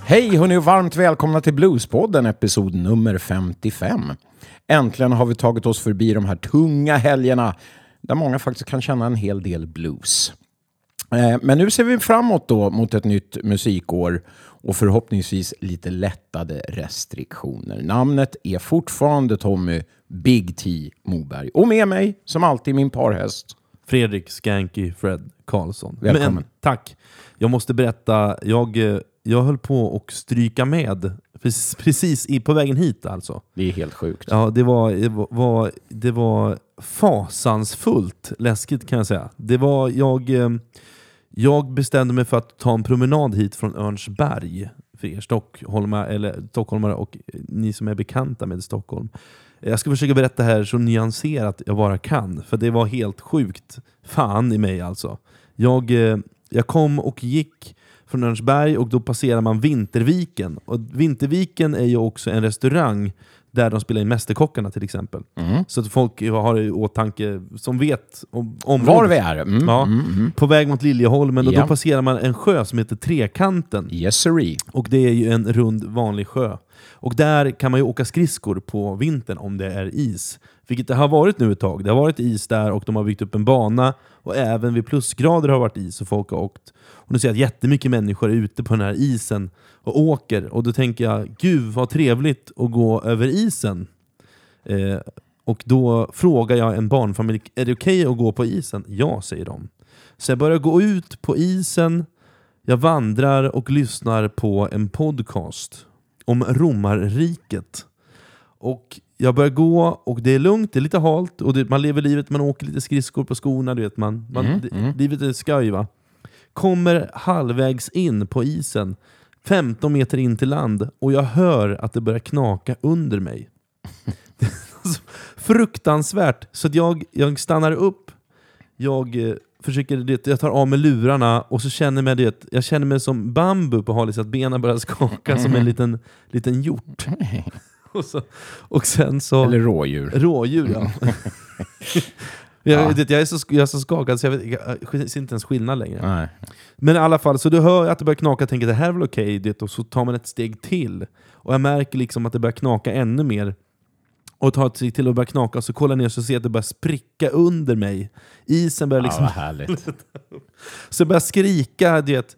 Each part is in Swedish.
Hej hörni och varmt välkomna till Bluespodden, episod nummer 55. Äntligen har vi tagit oss förbi de här tunga helgerna där många faktiskt kan känna en hel del blues. Men nu ser vi framåt då mot ett nytt musikår och förhoppningsvis lite lättade restriktioner. Namnet är fortfarande Tommy Big T Moberg. Och med mig, som alltid, min parhäst Fredrik Skanky Fred Karlsson. Välkommen. Men, tack. Jag måste berätta, jag höll på att stryka med precis på vägen hit alltså. Det är helt sjukt. Ja, det var fasansfullt läskigt kan jag säga. Det var jag bestämde mig för att ta en promenad hit från Örnsberg för er stockholmare och ni som är bekanta med Stockholm. Jag ska försöka berätta här så nyanserat jag bara kan, för det var helt sjukt. Fan i mig alltså. Jag kom och gick från Örnsberg och då passerar man Vinterviken. Och Vinterviken är ju också en restaurang där de spelar in Mästerkockarna till exempel. Så att folk har i åtanke som vet om var vi är. På väg mot Liljeholmen och då passerar man en sjö som heter Trekanten. Yes siree. Och det är ju en rund vanlig sjö. Och där kan man ju åka skridskor på vintern om det är is. Vilket det har varit nu ett tag. Det har varit is där och de har byggt upp en bana. Och även vid plusgrader har varit is och folk har åkt. Och nu ser jag att jättemycket människor är ute på den här isen och åker. Och då tänker jag, gud vad trevligt att gå över isen. Och då frågar jag en barnfamilj, är det okej att gå på isen? Ja, säger de. Så jag börjar gå ut på isen. Jag vandrar och lyssnar på en podcast om Romarriket. Och jag börjar gå och det är lugnt, det är lite halt och man lever livet, man åker lite skridskor på skorna, du vet livet är skoj va. Kommer halvvägs in på isen 15 meter in till land och jag hör att det börjar knaka under mig. Fruktansvärt. Så att jag stannar upp. Jag tar av mig lurarna och så känner jag känner mig som bambu på halet så att benen börjar skaka som en liten hjort. Och sen så eller rådjur. Rådjur, ja. Jag är så skakad så jag ser inte ens skillnad längre. Nej. Men i alla fall, så du hör att det börjar knaka och tänker det här är väl okej, och så tar man ett steg till. Och jag märker liksom att det börjar knaka ännu mer. Och tar ett steg till och börjar knaka och så kollar ner så ser jag att det börjar spricka under mig. Isen börjar liksom... Ja, vad härligt. Så jag börjar skrika, hjälp!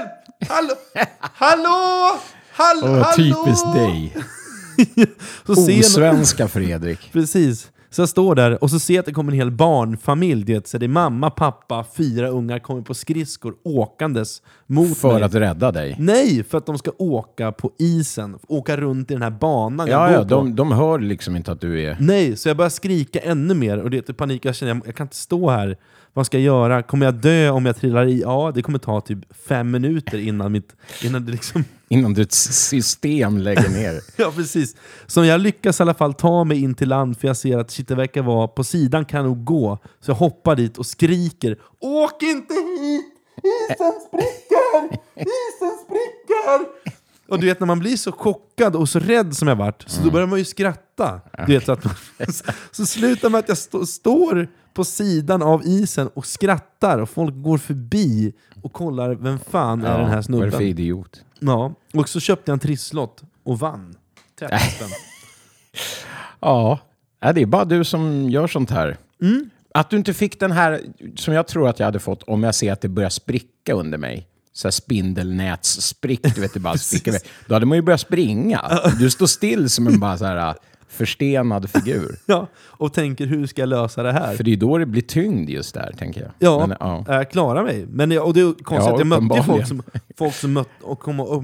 Hallå! Typiskt dig. Osvenska Fredrik. Precis. Så jag står där och så ser jag att det kommer en hel barnfamilj. Så det är mamma, pappa, 4 ungar kommer på skridskor åkandes mot för mig. Att rädda dig? Nej, för att de ska åka på isen. Åka runt i den här banan. De hör liksom inte att du är... Nej, så jag börjar skrika ännu mer. Och det är panik. Jag känner, jag kan inte stå här. Vad ska jag göra? Kommer jag dö om jag trillar i? Ja, det kommer ta typ 5 minuter innan ditt system lägger ner. Ja, precis. Så jag lyckas i alla fall ta mig in till land för jag ser att shit, det verkar vara på sidan kan nog gå. Så jag hoppar dit och skriker: åk inte hit! Isen spricker! Isen spricker! Och du vet, när man blir så chockad och så rädd som jag varit, så då börjar man ju skratta. Du vet, att så slutar med att jag står på sidan av isen och skrattar och folk går förbi och kollar, vem fan är den här snubben? Vad är det för idiot? Ja, och så köpte jag en trisslott och vann 30 spänn. Ja, det är bara du som gör sånt här. Att du inte fick den här som jag tror att jag hade fått om jag ser att det börjar spricka under mig. Så här spindelnätssprick, du vet, det bara spricker. Då hade man ju börjat springa. Du står still som en bara så här förstenad figur. Ja, och tänker hur ska jag lösa det här? För det är då det blir tyngd just där, tänker jag. Ja, men, jag klarar mig. Men och det är konstigt att jag mötte folk som mötte och kom och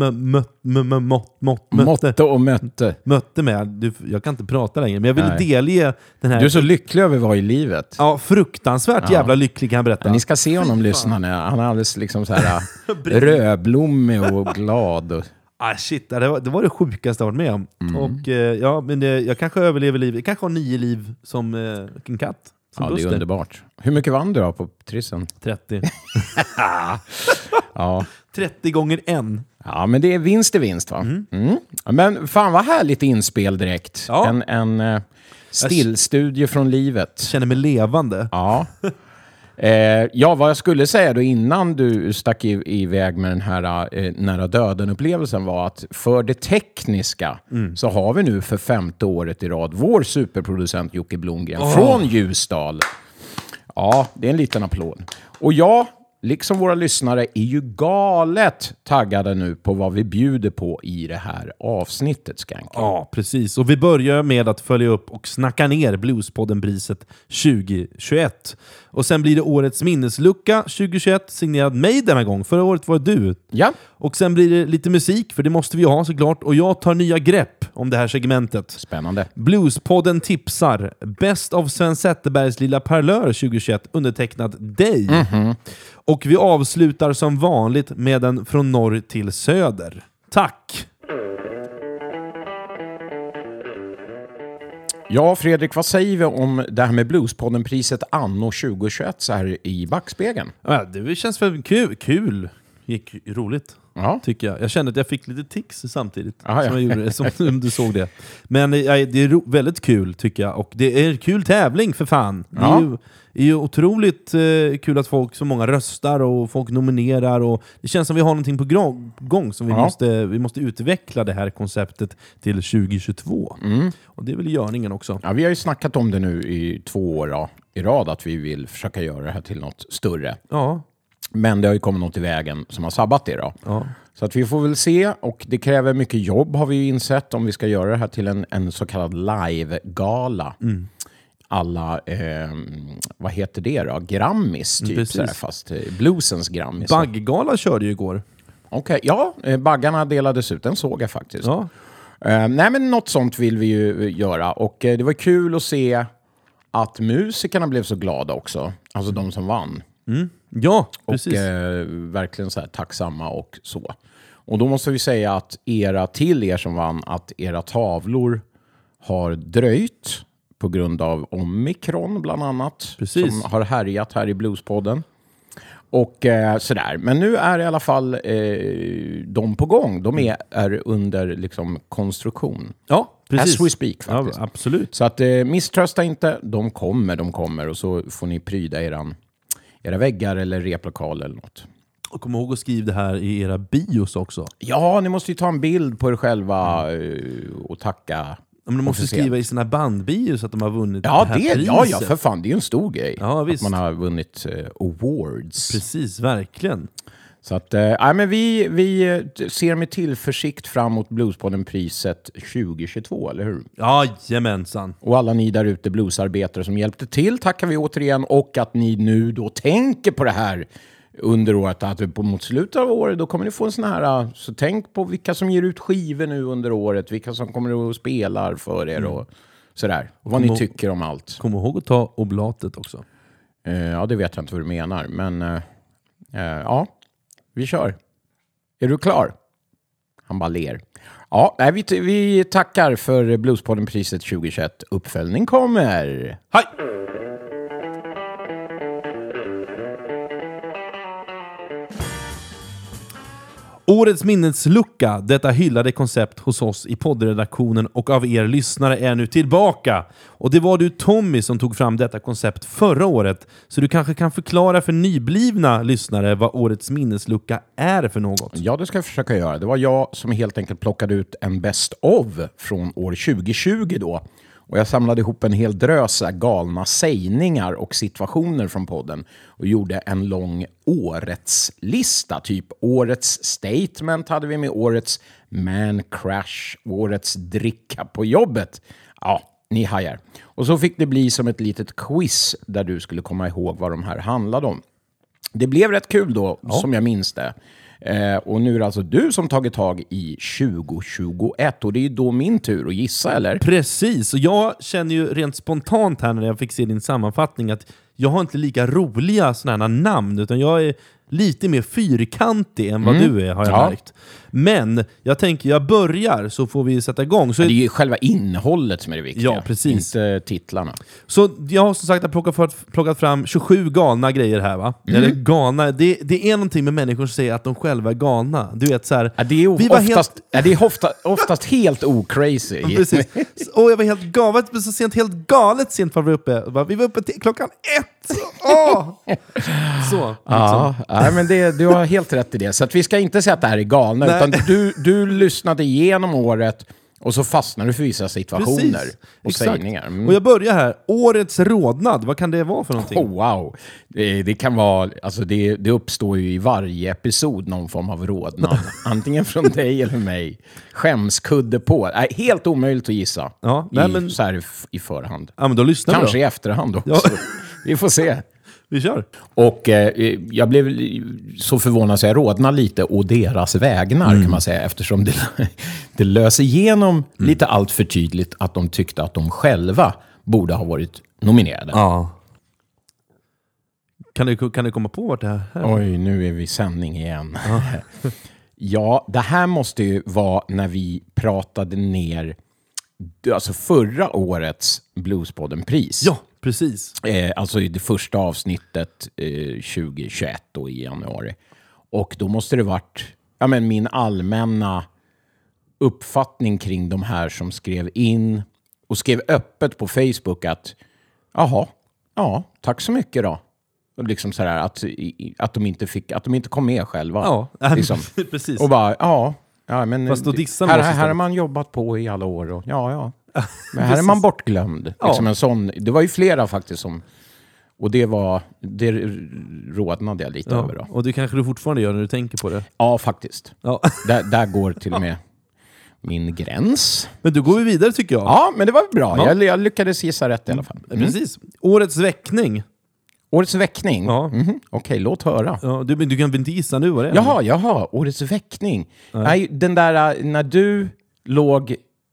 mötte mig. Jag kan inte prata längre, men jag ville delge den här... Du är så lycklig över att vara i livet. Ja, fruktansvärt jävla lycklig kan jag berätta. Ni ska se honom, lyssnarna. Han är alldeles liksom så här rödblommig och glad och... Shit, det var det sjukaste jag varit med om. Och men jag kanske överlever livet. Jag kanske har 9 liv som en katt. Ja, det är underbart. Hur mycket vann du då på trissen? 30. Ja. 30 gånger 1. Ja, men det är vinst va? Men fan vad härligt inspel direkt. Ja. En stillstudie från livet. Känner mig levande. Ja. Ja, vad jag skulle säga då innan du stack iväg med den här nära döden-upplevelsen var att för det tekniska så har vi nu för 5:e året i rad vår superproducent Jocke Blomgren från Ljusdal. Ja, det är en liten applåd. Och jag, liksom våra lyssnare, är ju galet taggade nu på vad vi bjuder på i det här avsnittet, Skank. Ja, precis. Och vi börjar med att följa upp och snacka ner Bluespodden-priset 2021. Och sen blir det årets minneslucka 2021, signerad mig denna gång. Förra året var det du. Ja. Och sen blir det lite musik, för det måste vi ha såklart. Och jag tar nya grepp om det här segmentet. Spännande. Bluespodden tipsar. Bäst av Sven Zetterbergs lilla parlör 2021, undertecknad dig. Och vi avslutar som vanligt med den från norr till söder. Tack! Ja, Fredrik, vad säger vi om det här med Bluespodden-priset anno 2021 så här i backspegeln? Ja, det känns väl kul. Gick roligt. Ja. Tycker jag. Jag kände att jag fick lite tics samtidigt. Aha, som ja. jag gjorde det, som du såg det. Men det är väldigt kul tycker jag. Och det är en kul tävling för fan. Ja. Det är ju otroligt kul att så många röstar och folk nominerar. Och det känns som vi har någonting på gång som vi måste utveckla det här konceptet till 2022. Och det är väl görningen också. Ja, vi har ju snackat om det nu i 2 år i rad att vi vill försöka göra det här till något större. Ja. Men det har ju kommit något i vägen som har sabbat det då. Ja. Så att vi får väl se, och det kräver mycket jobb har vi ju insett om vi ska göra det här till en så kallad live-gala. Alla, vad heter det då? Grammis typ, sådär, fast bluesens Grammis. Bagggala körde ju igår. Okej, ja, baggarna delades ut, den såg jag faktiskt. Ja. Nej, men något sånt vill vi ju göra, och det var kul att se att musikerna blev så glada också, alltså de som vann. Ja, precis. Och verkligen så här tacksamma och så. Och då måste vi säga att till er som vann, att era tavlor har dröjt på grund av omikron bland annat. Precis. Som har härjat här i Bluespodden. Och sådär. Men nu är i alla fall de på gång. De är under liksom konstruktion. Ja, precis. As we speak faktiskt. Ja, absolut. Så att misströsta inte. De kommer. Och så får ni pryda era väggar eller replokal eller något. Och kom ihåg att skriva det här i era bios också. Ja, ni måste ju ta en bild på er själva och tacka. Men de måste officiellt skriva i sina bandbios att de har vunnit Ja, det här priset. ja, för fan. Det är ju en stor grej. Ja, visst. Att man har vunnit awards. Precis, verkligen. Så att, men vi ser med tillförsikt fram mot Bluespodden-priset 2022, eller hur? Jajamensan. Och alla ni där ute bluesarbetare som hjälpte till tackar vi återigen, och att ni nu då tänker på det här under året, att mot slutet av året då kommer ni få en sån här, så tänk på vilka som ger ut skivor nu under året, vilka som kommer att spela för er och sådär. Och vad ni tycker om allt. Kom ihåg att ta oblatet också. Ja, det vet jag inte vad du menar, men ja, vi kör. Är du klar? Han bara ler. Ja, nej, vi tackar för Bluespodden-priset 2021. Uppföljning kommer. Hej! Årets minneslucka, detta hyllade koncept hos oss i poddredaktionen och av er lyssnare, är nu tillbaka. Och det var du, Tommy, som tog fram detta koncept förra året. Så du kanske kan förklara för nyblivna lyssnare vad årets minneslucka är för något. Ja, det ska jag försöka göra. Det var jag som helt enkelt plockade ut en best of från år 2020 då. Och jag samlade ihop en hel drös galna sägningar och situationer från podden och gjorde en lång årets lista. Typ årets statement hade vi med, årets man crash, årets dricka på jobbet. Ja, ni hajar. Och så fick det bli som ett litet quiz där du skulle komma ihåg vad de här handlade om. Det blev rätt kul då, som jag minns det. Och nu är det alltså du som tagit tag i 2021, och det är ju då min tur att gissa, eller? Precis, och jag känner ju rent spontant här när jag fick se din sammanfattning att jag har inte lika roliga sådana här namn, utan jag är lite mer fyrkantig än vad du är, har jag märkt. Men jag tänker, jag börjar så får vi sätta igång. Så det är ju själva innehållet som är det viktiga. Ja, precis. Inte titlarna. Så jag har som sagt plockat fram 27 galna grejer här, va? Eller galna, det är någonting med människor som säger att de själva är galna. Du vet så här, det är oftast helt ocrazy. Precis. Och jag var helt galet, så sent, helt galet sent var vi uppe. Vi var uppe till klockan 1. Så. Ja, men du har helt rätt i det. Så att vi ska inte säga att det här är galna, utan du lyssnade igenom året och så fastnar du för vissa situationer och sägningar. Och jag börjar här. Årets rodnad, vad kan det vara för någonting? Wow. Det kan vara, alltså det uppstår ju i varje episod någon form av rodnad. Antingen från dig eller mig. Skämskudde på. Helt omöjligt att gissa. Ja, Så här i förhand. Ja, men då lyssnar vi Kanske då. I efterhand också. Ja. Vi får se. Vi kör. Och jag blev så förvånad så jag rodnade lite å deras vägnar kan man säga. Eftersom det löser igenom lite allt för tydligt att de tyckte att de själva borde ha varit nominerade. Ja. Kan du komma på vart det här är? Oj, nu är vi i sändning igen. Ja, det här måste ju vara när vi pratade ner alltså förra årets Bluespodden-pris. Ja, precis. Alltså i det första avsnittet 2021 då i januari. Och då måste det varit min allmänna uppfattning kring de här som skrev in och skrev öppet på Facebook att tack så mycket då. Och liksom så här att de inte kom med själva. Ja, liksom. Precis. Och bara men fast då dissar här har man jobbat på i alla år och men här är man bortglömd. Liksom en sån, det var ju flera faktiskt som, och det rodnade jag lite över då. Och det kanske du fortfarande gör när du tänker på det? Ja, faktiskt. Ja. Där går till och med min gräns. Men då går vi vidare tycker jag. Ja, men det var bra. Ja. Jag lyckades gissa rätt i alla fall. Precis. Årets väckning. Årets väckning? Ja. Okej, låt höra. Ja, du kan väl inte gissa nu vad det är? Jaha, årets väckning. Nej, den där när du låg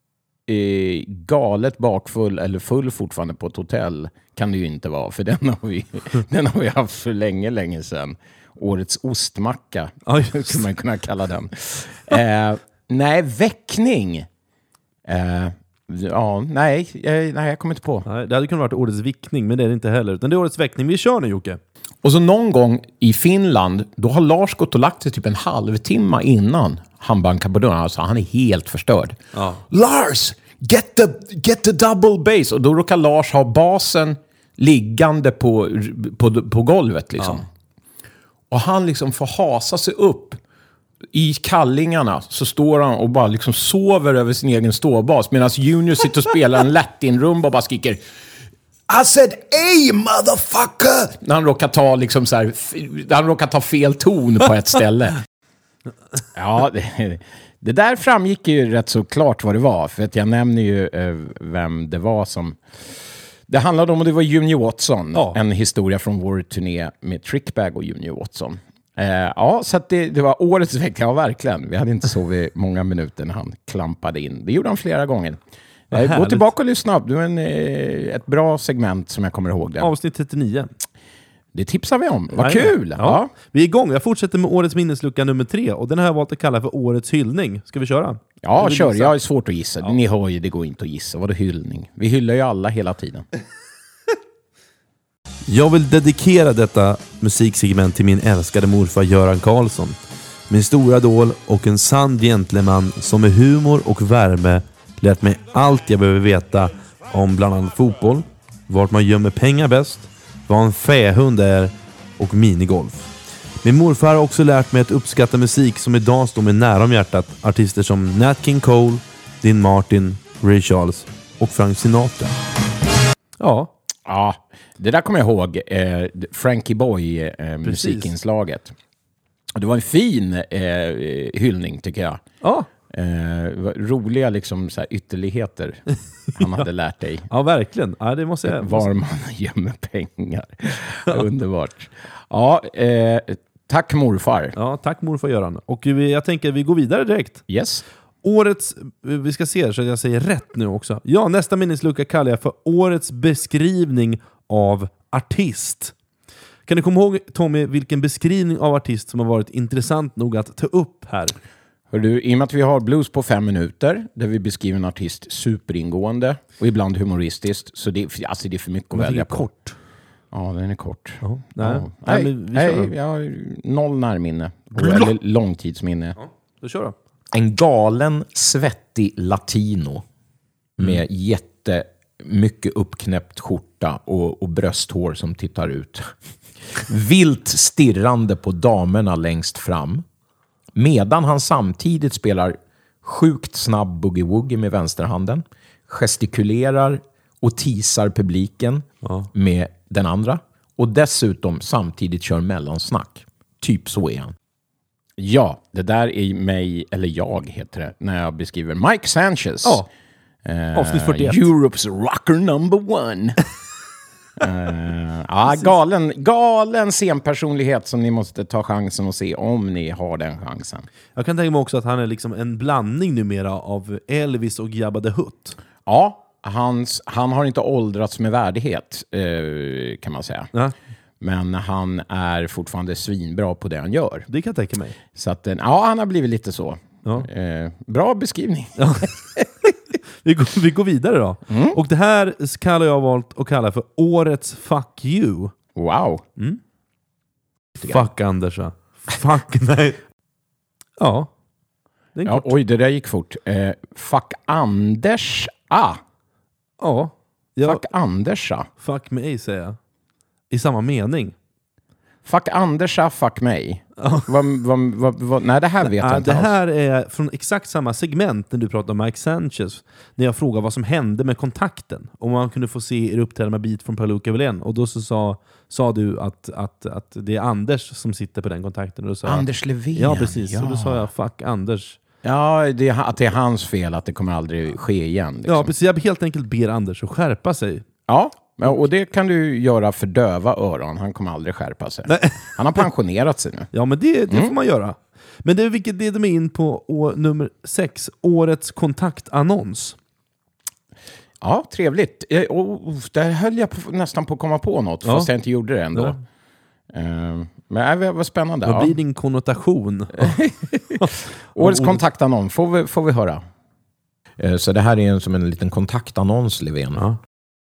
galet bakfull eller full fortfarande på ett hotell kan det ju inte vara, för den har vi haft för länge sedan. Årets ostmacka skulle man kunna kalla den. Nej, väckning. Nej, jag kommer inte på. Nej, det hade kunnat vara årets vickning, men det är det inte heller. Utan det är årets väckning. Vi kör nu, Jocke. Och så någon gång i Finland, då har Lars gått och lagt sig typ en halvtimme innan han bankar på dörren. Alltså, han är helt förstörd. Ja. Lars, get the double bass. Och då råkar Lars ha basen liggande på golvet liksom. Ja. Och han liksom får hasa sig upp. I kallingarna så står han och bara liksom sover över sin egen ståbas medan Junior sitter och spelar en latin-rumba och bara skriker I said, hey motherfucker! När han råkar ta liksom så här, han råkar ta fel ton på ett ställe. Ja, det där framgick ju rätt så klart vad det var, för att jag nämner ju vem det var som det handlade om, och det var Junior Watson, en historia från vår turné med Trickbag och Junior Watson. Så att det var årets vecka, verkligen. Vi hade inte sovit många minuter när han klampade in. Det gjorde han flera gånger. Gå tillbaka och lyssna upp. Det var ett bra segment som jag kommer ihåg det. Avsnitt 39. Det tipsar vi om. Vad kul! Ja. Vi är igång. Jag fortsätter med årets minneslucka nummer 3. Och den har jag valt att kalla för årets hyllning. Ska vi köra? Ja, kör. Jag är svårt att gissa. Ni hör ju, det går inte att gissa. Vad är hyllning? Vi hyllar ju alla hela tiden. Jag vill dedikera detta musiksegment till min älskade morfar Göran Karlsson. Min stora idol och en sann gentleman som med humor och värme lärt mig allt jag behöver veta om bland annat fotboll, vart man gömmer pengar bäst, vad en fähund är och minigolf. Min morfar har också lärt mig att uppskatta musik som idag står mig nära om hjärtat. Artister som Nat King Cole, Dean Martin, Ray Charles och Frank Sinatra. Ja, det där kommer jag ihåg. Frankie Boy musikinslaget. Det var en fin hyllning tycker jag. Ja. Roliga liksom så här ytterligheter han hade lärt dig. Ja, verkligen. Ja, det måste jag. Var man gömmer pengar. Underbart. Ja, tack morfar. Ja, tack morfar Göran. Och jag tänker att vi går vidare direkt. Yes. Årets, vi ska se så att jag säger rätt nu också. Ja, nästa minneslucka kallar jag för årets beskrivning av artist. Kan du komma ihåg, Tommy, vilken beskrivning av artist som har varit intressant nog att ta upp här? Hör du, i och med att vi har blues på 5 minuter där vi beskriver en artist superingående och ibland humoristiskt, så det är för mycket att välja på. Kort. Ja, den är kort. Ja. Nej, jag har 0 närminne. Eller långtidsminne. Ja, då kör då. En galen, svettig latino med jättemycket uppknäppt skjorta och brösthår som tittar ut. Vilt stirrande på damerna längst fram. Medan han samtidigt spelar sjukt snabb boogie-woogie med vänsterhanden. Gestikulerar och teasar publiken med den andra. Och dessutom samtidigt kör mellansnack. Typ så är han. Ja, det där är mig, eller jag heter det, när jag beskriver Mike Sanchez. Ja, avsnitt 41. Europe's rocker number 1. Galen scenpersonlighet som ni måste ta chansen att se om ni har den chansen. Jag kan tänka mig också att han är liksom en blandning numera av Elvis och Jabba the Hutt. Ja, han har inte åldrats med värdighet, kan man säga. Ja. Men han är fortfarande svinbra på det han gör. Det kan jag tänka mig. Så att, han har blivit lite så. Ja. Bra beskrivning. Ja. Vi går vidare då. Och det här kallar jag valt att kalla för årets Fuck You. Wow. Fuck Anders, va? Fuck, nej. Ja. Det är kort. Oj, det där gick fort. Fuck Anders. Ja. Fuck Anders. Fuck mig, säger jag. I samma mening. Fuck Anders, fuck mig. Nej, det här vet jag inte Det alls. här är från exakt samma segment när du pratar om Mike Sanchez. När jag frågade vad som hände med kontakten. Om man kunde få se er uppträda med Beat från Per-Luca Wilén. Och då så sa du att det är Anders som sitter på den kontakten. Och då sa Anders Levén. Ja, precis. Ja. Och då sa jag fuck Anders. Ja, att det är hans fel att det kommer aldrig ske igen. Liksom. Ja, precis. Jag helt enkelt ber Anders att skärpa sig. Ja, och det kan du göra för döva öron. Han kommer aldrig skärpa sig. Nej. Han har pensionerat sig nu. Ja, men det får man göra. Men det är vilket leder mig in på nummer 6. Årets kontaktannons. Ja, trevligt. Där höll jag nästan på att komma på något, fast jag inte gjorde det ändå. Ja. Men det var spännande. Vad blir din konnotation? Årets kontaktannons får vi höra. Så det här är som en liten kontaktannons, Levén. Ja.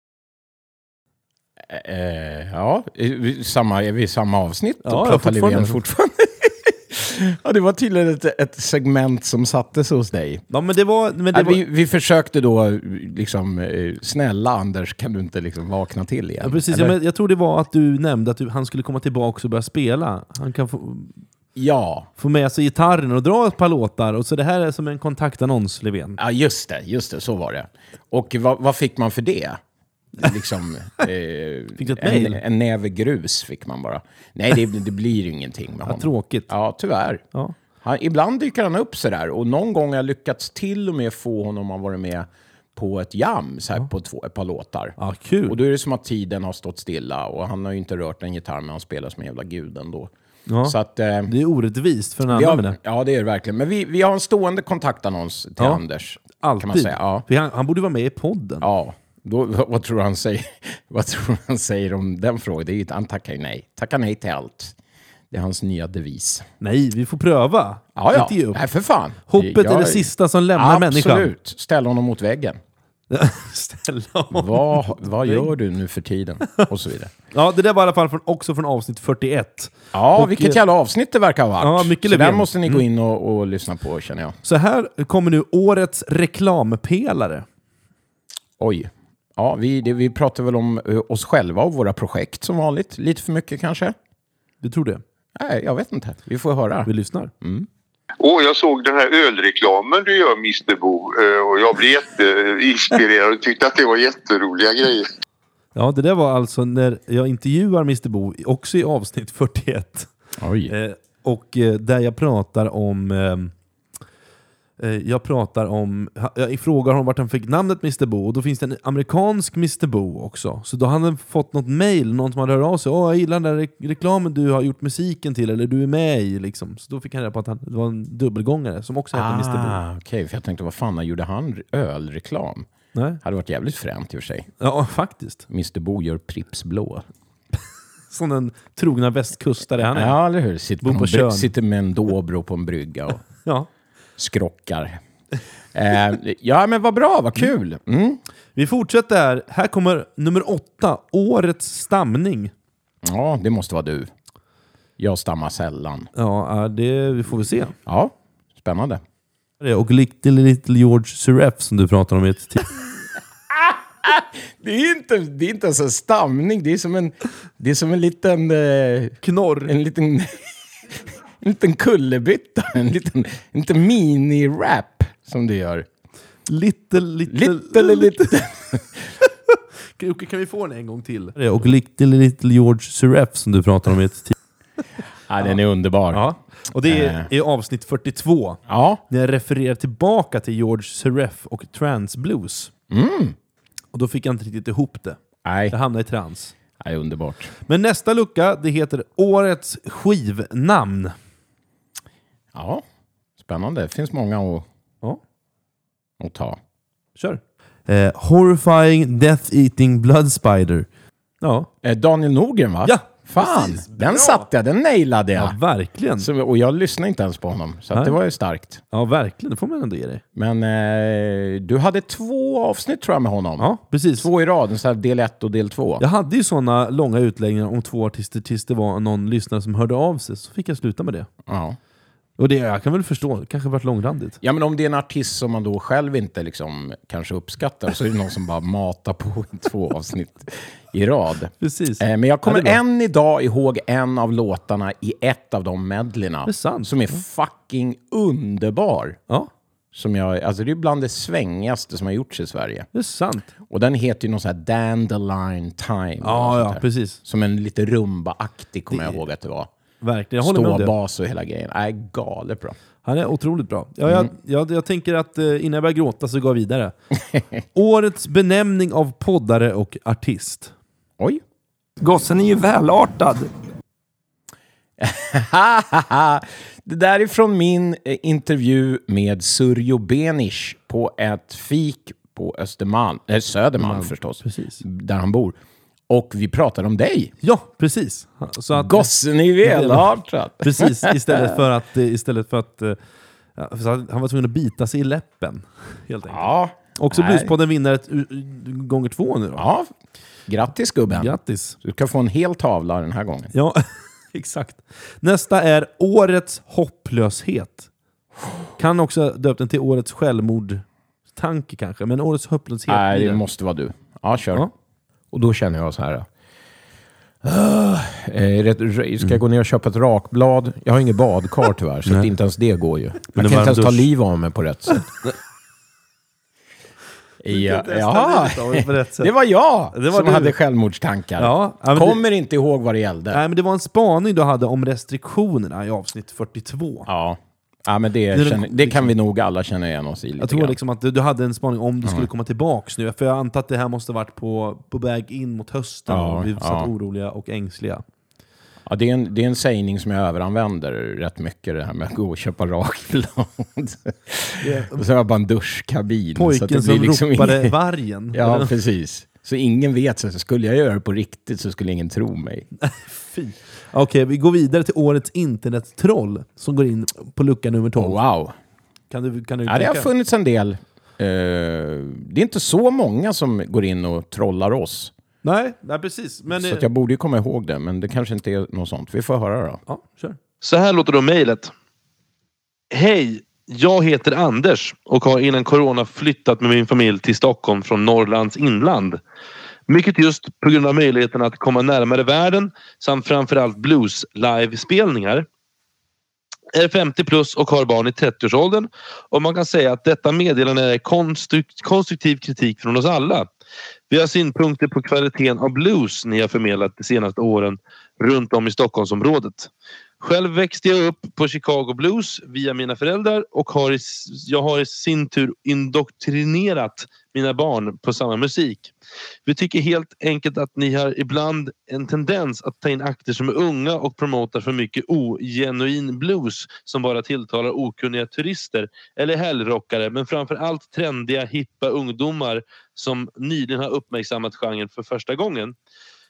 Är vi i samma avsnitt? Ja, pratar Levén fortfarande. Ja, det var tydligen ett segment som sattes hos dig. Ja, men det var... Vi försökte då liksom, snälla Anders, kan du inte liksom vakna till igen? Ja, precis. Men jag tror det var att du nämnde att han skulle komma tillbaka och börja spela. Han kan få med sig gitarren och dra ett par låtar. Och så det här är som en kontaktannons, Levén. Ja, just det, så var det. Och vad fick man för det? Liksom, fick du ett mejl? En näve grus fick man bara. Nej, det blir ju ingenting med honom. Tråkigt. Ja, tyvärr. Ja. Ibland dyker han upp så där. Och någon gång har jag lyckats till och med få honom att vara med på ett jam så här, på ett par låtar. Ja, kul. Och då är det som att tiden har stått stilla. Och han har ju inte rört en gitarr, men han spelar som en jävla guden då. Ja. Så att, det är orättvist för en annan med det. Ja, det är det verkligen. Men vi har en stående kontaktannons till Anders. Alltid. Kan man säga. Ja. Han borde vara med i podden. Ja. Då, vad tror han säger? Vad tror han säger om den frågan? Det är ju, han tackar ju nej. Tackar nej till allt. Det är hans nya devis. Nej, vi får pröva. Ja. Inte ge upp. Nej, för fan. Hoppet är det sista som lämnar människan. Absolut. Ställ honom mot väggen. Ställa honom. Vad gör du nu för tiden? Och så vidare. Ja, det där var i alla fall också från avsnitt 41. Ja, vilket jävla avsnitt det verkar ha varit. Ja, mycket så Levén. där måste ni gå in och lyssna på, känner jag. Så här kommer nu årets reklampelare. Oj. Ja, vi pratar väl om oss själva och våra projekt som vanligt. Lite för mycket kanske? Du tror det? Nej, jag vet inte. Vi får höra. Vi lyssnar. Jag såg den här ölreklamen du gör, Mr. Bo. Och jag blev jätteinspirerad och tyckte att det var jätteroliga grejer. Ja, det där var alltså när jag intervjuar Mr. Bo, också i avsnitt 41. Oj. Där jag pratar om... Jag frågar honom vart han fick namnet Mr. Bo, och då finns det en amerikansk Mr. Bo också. Så då hade han fått något mail, någon som hade hört av sig. Jag gillar den där reklamen du har gjort musiken till, eller du är med i liksom. Så då fick han reda på att det var en dubbelgångare som också hette Mr. Bo. Okej, för jag tänkte, vad fan gjorde han ölreklam? Nej. Hade varit jävligt fränt i och för sig. Ja, faktiskt. Mr. Bo gör Pripps blå. Som den trogna västkustare han är. Ja, eller hur? Sitter Sitter med en dobro på en brygga och Ja. skrockar. Ja, men vad bra, vad kul. Mm. Vi fortsätter här. Här kommer nummer 8. Årets stamning. Ja, det måste vara du. Jag stammar sällan. Ja, det får vi se. Ja, spännande. Och Little George Suref som du pratar om i ett Det är inte ens en stamning. Det är som en liten... knorr. En liten kullerbytta. En liten mini-rap som du gör. Little. Kan vi få den en gång till? Och Little George Suref som du pratar om i ett Ja, den är underbar. Ja. Och det är avsnitt 42. Ja. När jag refererar tillbaka till George Suref och Trance Blues. Och då fick jag inte riktigt ihop det. Nej. Jag hamnade i trans. Nej, underbart. Men nästa lucka, det heter Årets skivnamn. Ja, spännande. Det finns många Ja. att ta. Kör. Horrifying Death Eating Blood Spider. Ja. Daniel Norgren, va? Ja, Fan, precis. den Bra. satte jag. Den nailade jag. Ja, verkligen. Och jag lyssnade inte ens på honom. Så att Nej. det var ju starkt. Ja, verkligen. Det får man ändå ge dig. Men du hade 2 avsnitt tror jag med honom. Ja, precis. 2 i rad, så här del 1 och del 2. Jag hade ju såna långa utläggningar om 2 artister tills det var någon lyssnare som hörde av sig. Så fick jag sluta med det. Ja. Och det jag kan väl förstå. Det kanske varit långrandigt. Ja, men om det är en artist som man då själv inte liksom kanske uppskattar så är det någon som bara matar på 2 avsnitt i rad. Precis. Men jag kommer Ja, det är bra. än idag ihåg en av låtarna i ett av de medleyna. Det är sant. Som är fucking underbar. Ja, Alltså det är bland det svängigaste som har gjorts i Sverige. det är sant. Och den heter ju någon sån här Dandelion Time. eller Ja, sånt ja, där. precis. Som en lite rumba-aktig kommer jag ihåg att det var. Verkligen. Jag håller med om det. Ståbas och hela grejen. Galet bra. Han är otroligt bra. Ja, jag tänker att innan jag börjar gråta så går jag vidare. Årets benämning av poddare och artist. Oj. Gossen är ju välartad. Det där är från min intervju med Surjo Benisch på ett fik på Södermalm förstås. Precis. Där han bor. Och vi pratade om dig. Ja, precis. Så att, Gossen är välartad. precis, istället för att så han var tvungen att bita sig i läppen. Helt enkelt. Ja. Också Nej. Bluespodden vinner ett gånger 2 nu då. Ja. Grattis gubben. Grattis. Du kan få en hel tavla den här gången. Ja, exakt. Nästa är Årets hopplöshet. Kan också döpt den till Årets självmordstanke kanske. Men Årets hopplöshet Nej, blir det det. måste vara du. Ja, kör. Ja. Och då känner jag så här. Ska jag gå ner och köpa ett rakblad? Jag har inget badkar tyvärr, så att inte ens det går ju. Man en kan inte varm ens ta dusch. liv av mig på rätt sätt. Ja, det var jag Det var som du. hade självmordstankar. Ja, men Kommer inte ihåg vad det gällde. Nej, men det var en spaning du hade om restriktionerna i avsnitt 42. Ja, men det kan vi nog alla känna igen oss i lite Jag tror grann. liksom att du hade en spaning om du skulle komma tillbaks nu. För jag antar att det här måste ha varit på väg in mot hösten. Ja, och vi satt ja. oroliga och ängsliga. Ja, det är en sägning som jag överanvänder rätt mycket, det här med att gå och köpa rakblad. Och så har jag bara en duschkabin. så att Pojken det som blir liksom ropade vargen. Ja, precis. Så ingen vet, så skulle jag göra det på riktigt så skulle ingen tro mig. Fy. Okej, vi går vidare till årets internettroll som går in på lucka nummer 12. Wow. Kan du Ja, det tänka? har funnits en del. Det är inte så många som går in och trollar oss. Nej, precis. Men, Så att jag borde ju komma ihåg det, men det kanske inte är något sånt. Vi får höra då. ja, kör. Så här låter då mejlet. Hej, jag heter Anders och har innan corona flyttat med min familj till Stockholm från Norrlands inland. Mycket just på grund av möjligheten att komma närmare världen samt framförallt blues livespelningar. Är 50 plus och har barn i 30-årsåldern och man kan säga att detta meddelande är konstruktiv kritik från oss alla. Vi har synpunkter på kvaliteten av blues ni har förmedlat de senaste åren runt om i Stockholmsområdet. Själv växte jag upp på Chicago Blues via mina föräldrar och jag har i sin tur indoktrinerat mina barn på samma musik. Vi tycker helt enkelt att ni har ibland en tendens att ta in akter som är unga och promotar för mycket ogenuin blues som bara tilltalar okunniga turister eller helgrockare, men framförallt trendiga, hippa ungdomar som nyligen har uppmärksammat genren för första gången.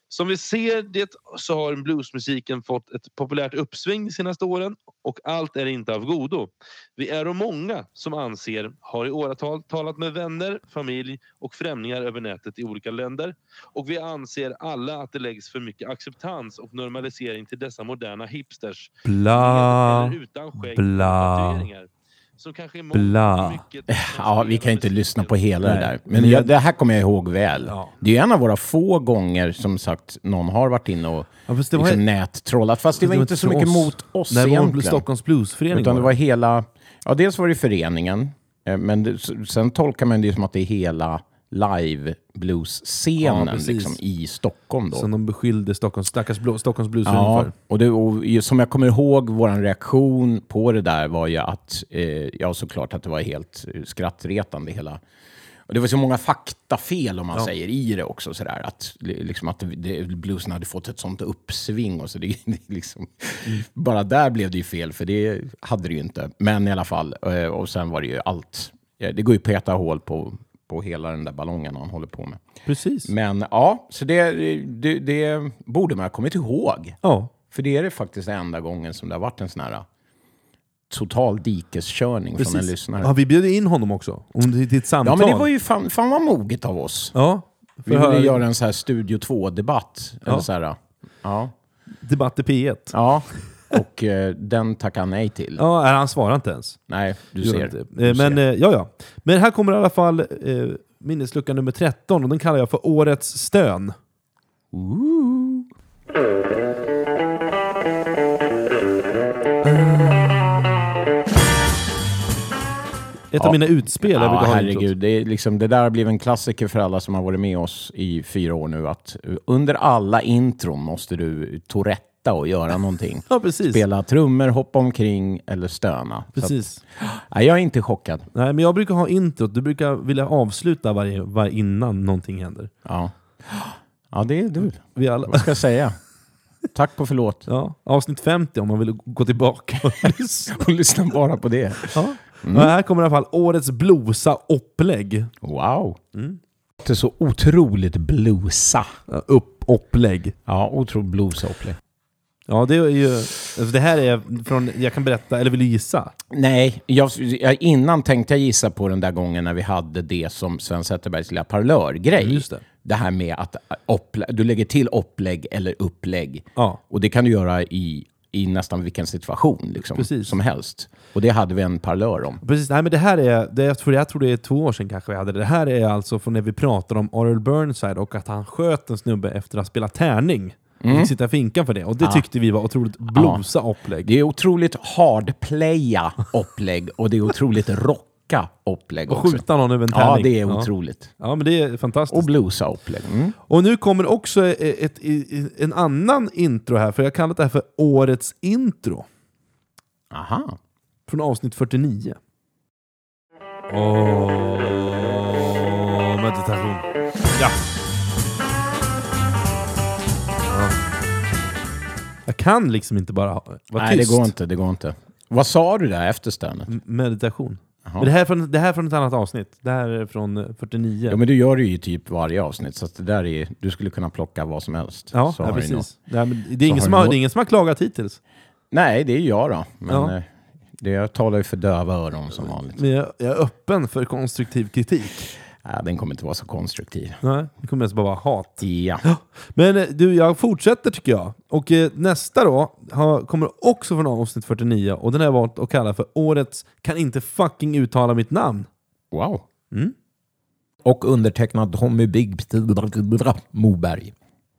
Som vi ser det så har bluesmusiken fått ett populärt uppsving de senaste åren och allt är inte av godo. Vi är många som anser, har i åratal talat med vänner, familj och främlingar över nätet i olika länder och vi anser alla att det läggs för mycket acceptans och normalisering till dessa moderna hipsters Bla, med eller utan skägg bla, och tatueringar. Som kanske är bla. Ja, vi kan inte lyssna på hela det där. Men det här kommer jag ihåg väl. Ja. Det är ju en av våra få gånger som sagt någon har varit inne och fast det var liksom nättrollat. Fast det var inte så mycket mot oss Nej, det var egentligen. Stockholms bluesförening. Utan det var hela... Ja, dels var det föreningen. Men sen tolkar man det som att det är hela live-blues-scenen liksom, i Stockholm. Då. Som de beskyllde Stockholms bluesförening för. Och som jag kommer ihåg, vår reaktion på det där var ju att, såklart att det var helt skrattretande hela. Och det var så många faktafel om man säger i det också sådär att liksom att bluesen hade fått ett sånt uppsving och så det liksom bara där blev det ju fel för det hade det ju inte. Men i alla fall och sen var det ju allt. Det går ju peta hål på hela den där ballongen han håller på med. Precis. Men ja, så det borde man ha kommit ihåg. Ja. För det är det faktiskt den enda gången som det har varit en sån här total dikeskörning från en lyssnare. Ja, vi bjöd in honom också. Till ett samtal. Ja, men det var ju fan vad moget av oss. Ja. Vi ville göra en så här Studio 2-debatt. Ja. Eller så här, ja. Debatt i P1. Ja, och den tackade han nej till. Ja, han svarar inte ens. Nej, du ser. Ja. Men här kommer i alla fall minneslucka nummer 13 och den kallar jag för Årets stön. Ett av mina utspel. Ja, herregud. Det är liksom, det där har blivit en klassiker för alla som har varit med oss i 4 år nu. Att under alla intron måste du touretta och göra någonting. Ja, precis. Spela trummor, hoppa omkring eller stöna. Precis. Nej, jag är inte chockad. Nej, men jag brukar ha introt. Du brukar vilja avsluta varje innan någonting händer. Ja, det är du. Vi alla... Vad ska jag säga? Tack på förlåt. Ja, avsnitt 50 om man vill gå tillbaka och lyssna bara på det. Ja. Och här kommer i alla fall årets bluesa upplägg. Wow. Det är så otroligt bluesa. Upplägg. Ja, otroligt bluesa upplägg. Ja, det är ju... Alltså det här är från... Jag kan berätta, eller vill du gissa? Nej, innan tänkte jag gissa på den där gången när vi hade det som Sven Zetterbergs lilla parlörgrej. Just det. Det här med att du lägger till upplägg eller upplägg. Ja. Och det kan du göra i nästan vilken situation liksom, som helst. Och det hade vi en parlör om. Precis, nej men det här är... jag tror det är 2 år sedan kanske vi hade det. Det här är alltså från när vi pratade om Oral Burnside och att han sköt en snubbe efter att spela tärning. Vi sitta i finkan för det. Och det tyckte vi var otroligt bluesa upplägg. Det är otroligt hardplaya upplägg och det är otroligt rocka upplägg också. Och skjuta någon över en tärning. Ja, det är otroligt. Ja, men det är fantastiskt. Och bluesa upplägg. Och nu kommer också en annan intro här. För jag kallar det här för årets intro. Aha. Från avsnitt 49. Meditation. Ja. Jag kan liksom inte bara vara tyst. Nej, det går inte. Vad sa du där efter stönet? Meditation. Aha. Men det här är från ett annat avsnitt. Det här är från 49. Ja, men du gör det ju typ varje avsnitt. Så att det där är, du skulle kunna plocka vad som helst. Ja, så precis. Det är ingen som har klagat hittills. Nej, det är jag då. Men jag talar ju för döva öron som vanligt. Men jag är öppen för konstruktiv kritik. Den kommer inte vara så konstruktiv. Nej, det kommer mest bara vara hat. Ja. Men du, jag fortsätter tycker jag. Och nästa då kommer också från avsnitt 49. Och den har jag valt att kalla för årets kan inte fucking uttala mitt namn. Wow. Och undertecknad Tommy Big Moberg.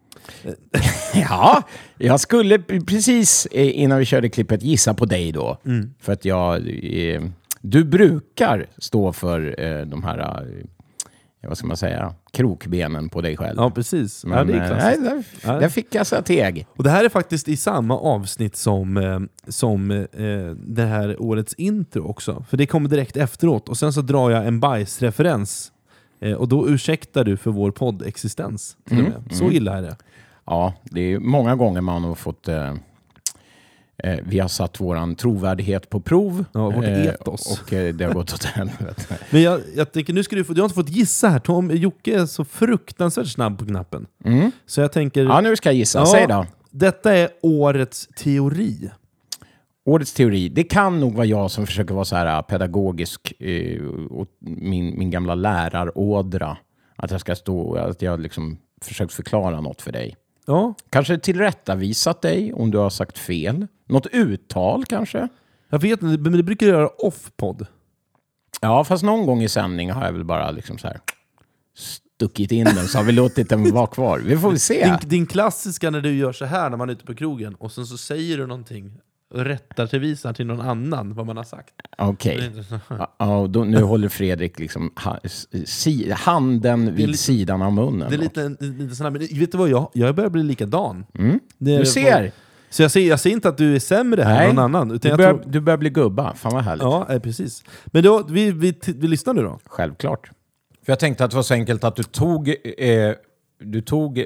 Ja, jag skulle precis innan vi körde klippet gissa på dig då. För att du brukar stå för de här... vad ska man säga, krokbenen på dig själv. Ja, precis. Men, ja, det är klassiskt. Där fick jag så teg. Och det här är faktiskt i samma avsnitt som det här årets intro också. För det kommer direkt efteråt. Och sen så drar jag en bajsreferens. Och då ursäktar du för vår poddexistens. Så illa är det. Ja, det är många gånger man har fått Vi har satt våran trovärdighet på prov. Ja, vårt etos. Och det har gått åt helvete. Men jag tänker, nu ska du har inte fått gissa här. Jocke är så fruktansvärt snabb på knappen. Så jag tänker... Ja, nu ska jag gissa. Säg då. Detta är årets teori. Årets teori. Det kan nog vara jag som försöker vara så här pedagogisk och min gamla lärarådra. Att jag ska stå, att jag liksom försökt förklara något för dig. Ja. Kanske tillrättavisat dig om du har sagt fel. Något uttal kanske? Jag vet inte, men det brukar göra off-podd. Ja, fast någon gång i sändning har jag väl bara liksom så här stuckit in den, så har vi låtit den vara kvar. Vi får väl se. Din klassiska när du gör så här när man är ute på krogen och sen så säger du någonting och rättar till någon annan vad man har sagt. Okej. Ja, nu håller Fredrik liksom handen vid sidan av munnen. Det är lite sån här, men vet du vad, jag börjar bli likadan. Du ser. Så jag ser inte att du är sämre här än någon annan. Utan du börjar bli gubba. Fan vad härligt. Ja, precis. Men då, vi lyssnar nu då. Självklart. För jag tänkte att det var så enkelt att du tog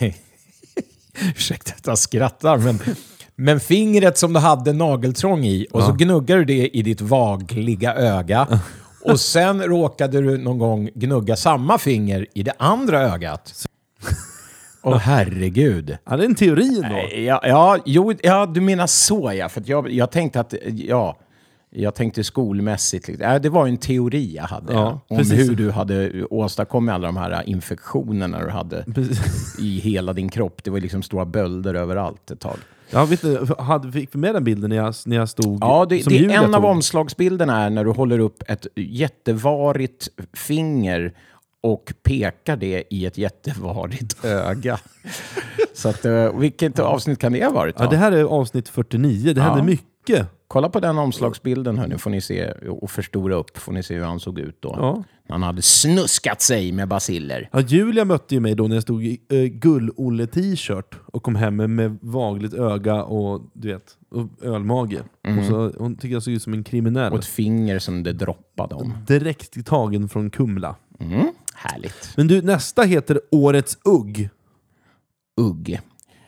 ursäkta att jag skrattar, men fingret som du hade nageltrång i och så gnuggar du det i ditt vagliga öga och sen råkade du någon gång gnugga samma finger i det andra ögat. Åh herregud. Ja, det är en teori då. Ja, du menar så ja. För att jag tänkte att, jag tänkte skolmässigt. Det var en teori jag hade om hur du hade åstadkommit alla de här infektionerna du hade i hela din kropp. Det var liksom stora bölder överallt ett tag. Ja, vet du, fick vi med den bilden när jag stod? Ja, det är en av omslagsbilderna är när du håller upp ett jättevarigt finger och pekar det i ett jättevarigt öga. Så att, vilket avsnitt kan det ha varit då? Ja, det här är avsnitt 49. Det hände mycket. Kolla på den omslagsbilden här nu, får ni se och förstora upp, får ni se hur han såg ut då. Ja. Han hade snuskat sig med basiller. Ja, Julia mötte ju mig då när jag stod i Gull-Olle-t-shirt och kom hem med vagligt öga och du vet, och ölmage. Och så, hon tycker jag såg ut som en kriminell. Och ett finger som det droppade om. Direkt tagen från Kumla. Härligt. Men du, nästa heter Årets Ugg. Ugg.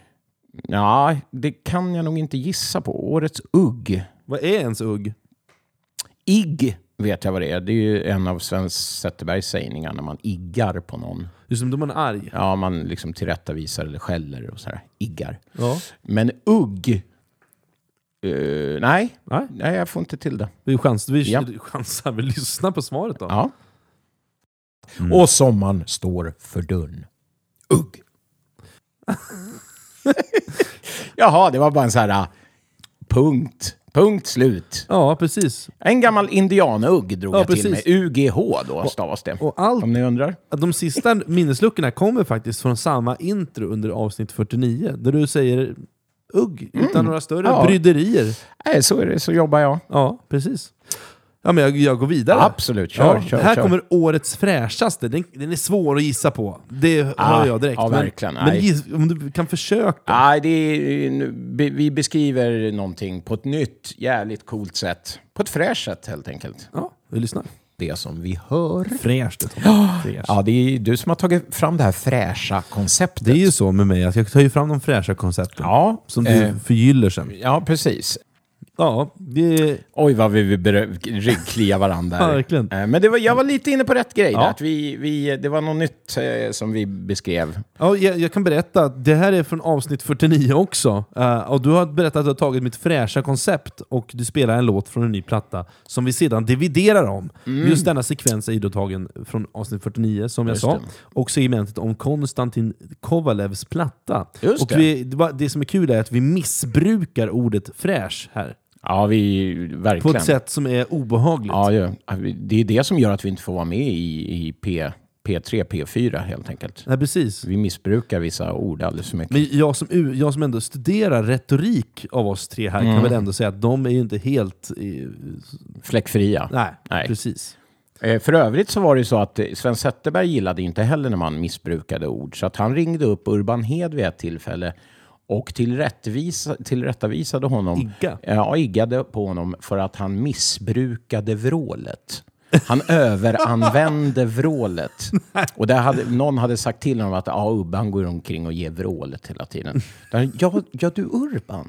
Ja, det kan jag nog inte gissa på. Årets ugg. Vad är ens ugg? Igg vet jag vad det är. Det är ju en av Sven Zetterbergs sägningar när man iggar på någon. Det är som då man är arg. Ja, man liksom tillrättavisar eller skäller och så här. Iggar. Ja. Men ugg... nej, jag får inte till det. Vi chansar väl lyssna på svaret då. Ja. Och sommaren står för dörren. Ugg. Jaha, det var bara en så här punkt slut. Ja, precis. En gammal indianugg drog jag precis. till med. UGH då stavas det. Och allt, om ni undrar. De sista minnesluckorna kommer faktiskt från samma intro under avsnitt 49. Där du säger ugg utan några större bryderier. Nej, så är det. Så jobbar jag. Ja, precis. Ja, men jag går vidare. Absolut, kör. Här kommer årets fräschaste. Den är svår att gissa på. Det hör jag direkt. Ja, verkligen. Men om du kan försöka. Nej, vi beskriver någonting på ett nytt, jävligt coolt sätt. På ett fräscht sätt helt enkelt. Ja, vi lyssnar. Det som vi hör. Fräscht. Ja, det är du som har tagit fram det här fräscha konceptet. Det är ju så med mig att jag tar ju fram de fräscha koncepten. Ja. Som du förgyller sen. Ja, precis. Ja, oj vad vi ryggklia varandra. Ja, verkligen. Men jag var lite inne på rätt grej. Ja. Att det var något nytt som vi beskrev. Ja, jag kan berätta att det här är från avsnitt 49 också. Och du har berättat att du har tagit mitt fräscha koncept och du spelar en låt från en ny platta som vi sedan dividerar om. Just denna sekvens är ju då tagen från avsnitt 49 som jag sa. Och segmentet om Konstantin Kovalevs platta. Just och det som är kul är att vi missbrukar ordet fräsch här. Ja, verkligen. På ett sätt som är obehagligt. Ja, det är det som gör att vi inte får vara med i P3, P4 helt enkelt. Ja, precis. Vi missbrukar vissa ord alldeles för mycket. Men jag som ändå studerar retorik av oss tre här kan väl ändå säga att de är ju inte helt... fläckfria. Nej, precis. För övrigt så var det så att Sven Zetterberg gillade inte heller när man missbrukade ord. Så att han ringde upp Urban Hed vid ett tillfälle och tillrättavisade honom. Iggade på honom för att han missbrukade vrålet. Han överanvände vrålet. Och någon hade sagt till honom att Urban går omkring och ger vrålet hela tiden. Ja, du Urban.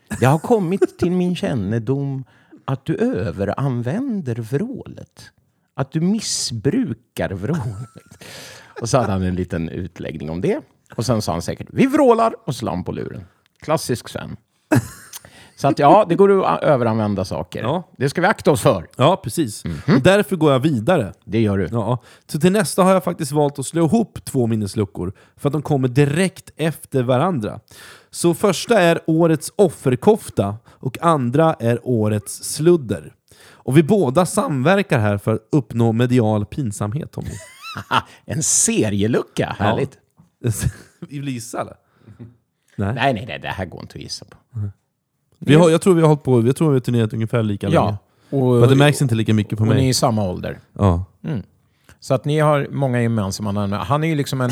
Det har kommit till min kännedom att du överanvänder vrålet. Att du missbrukar vrålet. Och så hade han en liten utläggning om det. Och sen sa han säkert, vi vrålar och slam på luren. Klassisk Sven. Så att ja, det går att överanvända saker. Ja. Det ska vi akta oss för. Ja, precis. Och därför går jag vidare. Det gör du. Ja. Så till nästa har jag faktiskt valt att slå ihop 2 minnesluckor. För att de kommer direkt efter varandra. Så första är årets offerkofta. Och andra är årets sludder. Och vi båda samverkar här för att uppnå medial pinsamhet, Tommy. En serielucka, härligt. Vi vill gissa, eller? Nej, det här går inte att gissa på. Jag tror vi har hållit på, jag tror vi har turnerat ungefär lika länge. Men det märks inte lika mycket på mig. Och ni är i samma ålder. Ja. Så att ni har många gemensamma namn. Han är ju liksom en...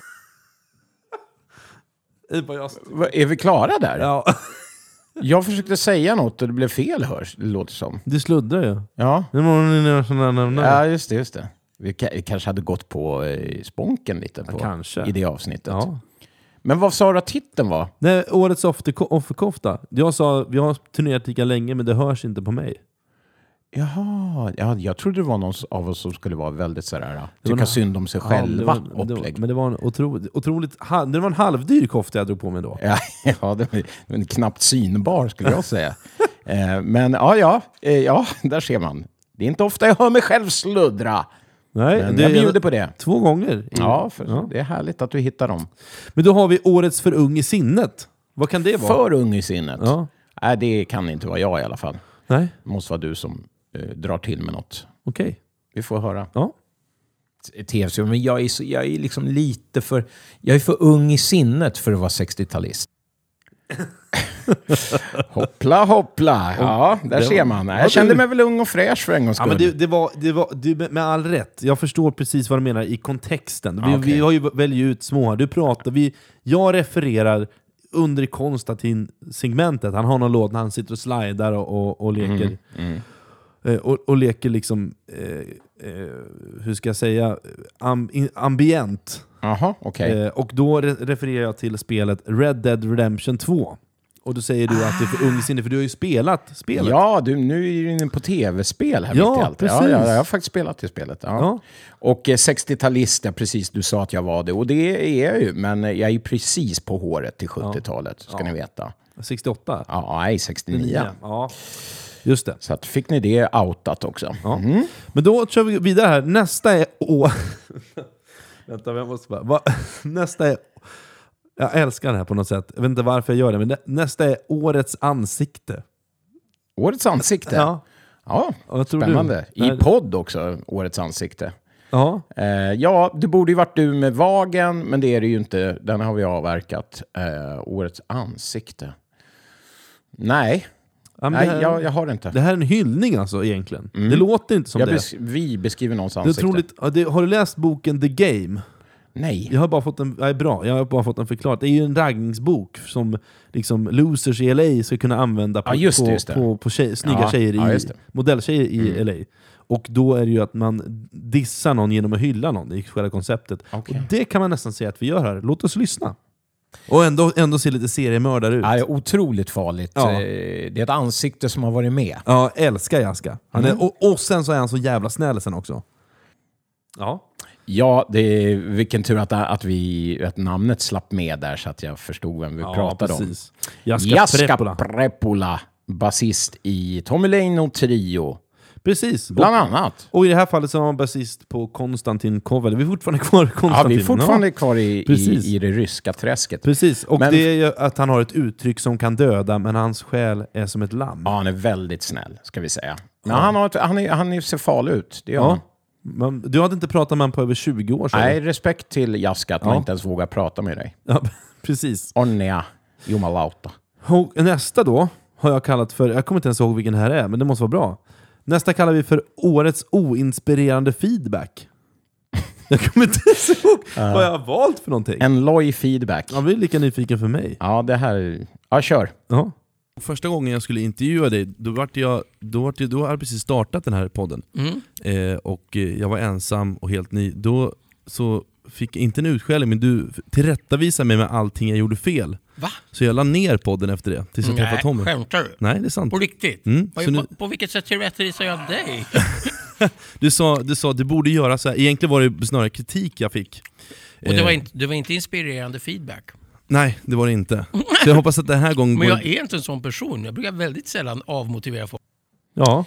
Är vi klara där? Ja. Jag försökte säga något och det blev fel, det låter som. Det sluddrar ju. Ja. Ja, Just det. Vi kanske hade gått på sponken lite i det avsnittet. Ja. Men vad sa du att titeln var? Nej, årets offerkofta. Jag sa, vi har turnerat lika länge men det hörs inte på mig. Jaha, jag trodde det var någon av oss som skulle vara väldigt sådär, tycka synd om sig själva. Men det var en otroligt det var en halvdyr kofta jag drog på mig då. Ja, det var knappt synbar skulle jag säga. Men ja, där ser man. Det är inte ofta jag hör mig själv sluddra. Nej, men jag bjuder på det. 2 gånger. Det är härligt att du hittar dem. Men då har vi årets för ung i sinnet. Vad kan det vara? För ung i sinnet? Ja. Nej, det kan inte vara jag i alla fall. Nej. Det måste vara du som drar till med något. Okej. Vi får höra. Ja. TV-serie, men jag är liksom lite för... Jag är för ung i sinnet för att vara 60-talist. Hoppla. Ja, där ser man. Jag kände mig väl ung och fräsch för en gångs skull. Ja, men det var med all rätt. Jag förstår precis vad du menar i kontexten. Vi har ju väldigt ut små. Jag refererar under Konstantin-segmentet. Han har någon låt när han sitter och slidar och leker. Och leker liksom hur ska jag säga ambient. Aha, okay. Och då refererar jag till spelet Red Dead Redemption 2. Och då säger du att det är för ung sinne, för du har ju spelat spelet. Ja, nu är du inne på tv-spel här mitt i allt. Precis. Ja, jag har faktiskt spelat det spelet. Ja. Och 60-talist, precis, du sa att jag var det. Och det är jag ju, men jag är ju precis på håret till 70-talet, ska ni veta. 68? Ja, nej, 69. Ja. Just det. Så att fick ni det outat också. Ja. Men då kör vi vidare här. Nästa är... Vänta, jag måste bara... Nästa är... Jag älskar det här på något sätt. Jag vet inte varför jag gör det, men nästa är årets ansikte. Årets ansikte? Ja, spännande. I podd också, årets ansikte. Ja. Ja, det borde ju varit du med Vagen, men det är det ju inte. Den har vi avverkat. Årets ansikte. Nej. Nej, jag har det inte. Det här är en hyllning alltså egentligen. Det låter inte som det. Vi beskriver någons ansikte. Har du läst boken The Game? Nej. Jag har bara fått en förklarat. Det är ju en raggningsbok som liksom losers i LA ska kunna använda på snygga tjejer modelltjejer i LA. Och då är det ju att man dissar någon genom att hylla någon i själva konceptet. Okay. Och det kan man nästan säga att vi gör här. Låt oss lyssna. Och ändå ser lite seriemördare ut. Ja, det är otroligt farligt. Ja. Det är ett ansikte som har varit med. Ja, älskar Jaska. Och sen så är han så jävla snäll sen också. Ja, det är vilken tur att namnet slapp med där så att jag förstod vem vi pratade om. Jaska Prepola, basist i Tommy Lane och Trio. Precis. Bland annat. Och i det här fallet så var han basist på Konstantin Kovel. Vi är fortfarande kvar i Konstantin. Ja, vi är fortfarande kvar i det ryska träsket. Precis, och det är ju att han har ett uttryck som kan döda, men hans själ är som ett lamm. Ja, han är väldigt snäll, ska vi säga. Men han ser farlig ut, det gör han. Men du hade inte pratat med honom på över 20 år sedan. Nej, respekt till Jaska att man inte ens vågar prata med dig. Ja, precis. Onnea, jumalauta. Och nästa då har jag kallat för, jag kommer inte ens ihåg vilken här är, men det måste vara bra. Nästa kallar vi för årets oinspirerande feedback. Jag kommer inte ens ihåg vad jag har valt för någonting. En loj feedback. Jag blir lika nyfiken för mig. Ja, det här... Ja, kör. Ja. Första gången jag skulle intervjua dig, då hade jag precis startat den här podden. Och jag var ensam och helt ny. Då så fick jag inte en utskällning, men du tillrättavisade mig med allting jag gjorde fel. Va? Så jag la ner podden efter det tills jag träffade Tommy. Skämtar du? Nej, det är sant. På riktigt? På vilket sätt tillrättavisar jag dig? Du sa du borde göra så här. Egentligen var det snarare kritik jag fick. Och det var inte inspirerande feedback. Nej, det var det inte. Så jag hoppas att det här gången Men jag är inte en sån person. Jag brukar väldigt sällan avmotivera folk. Ja.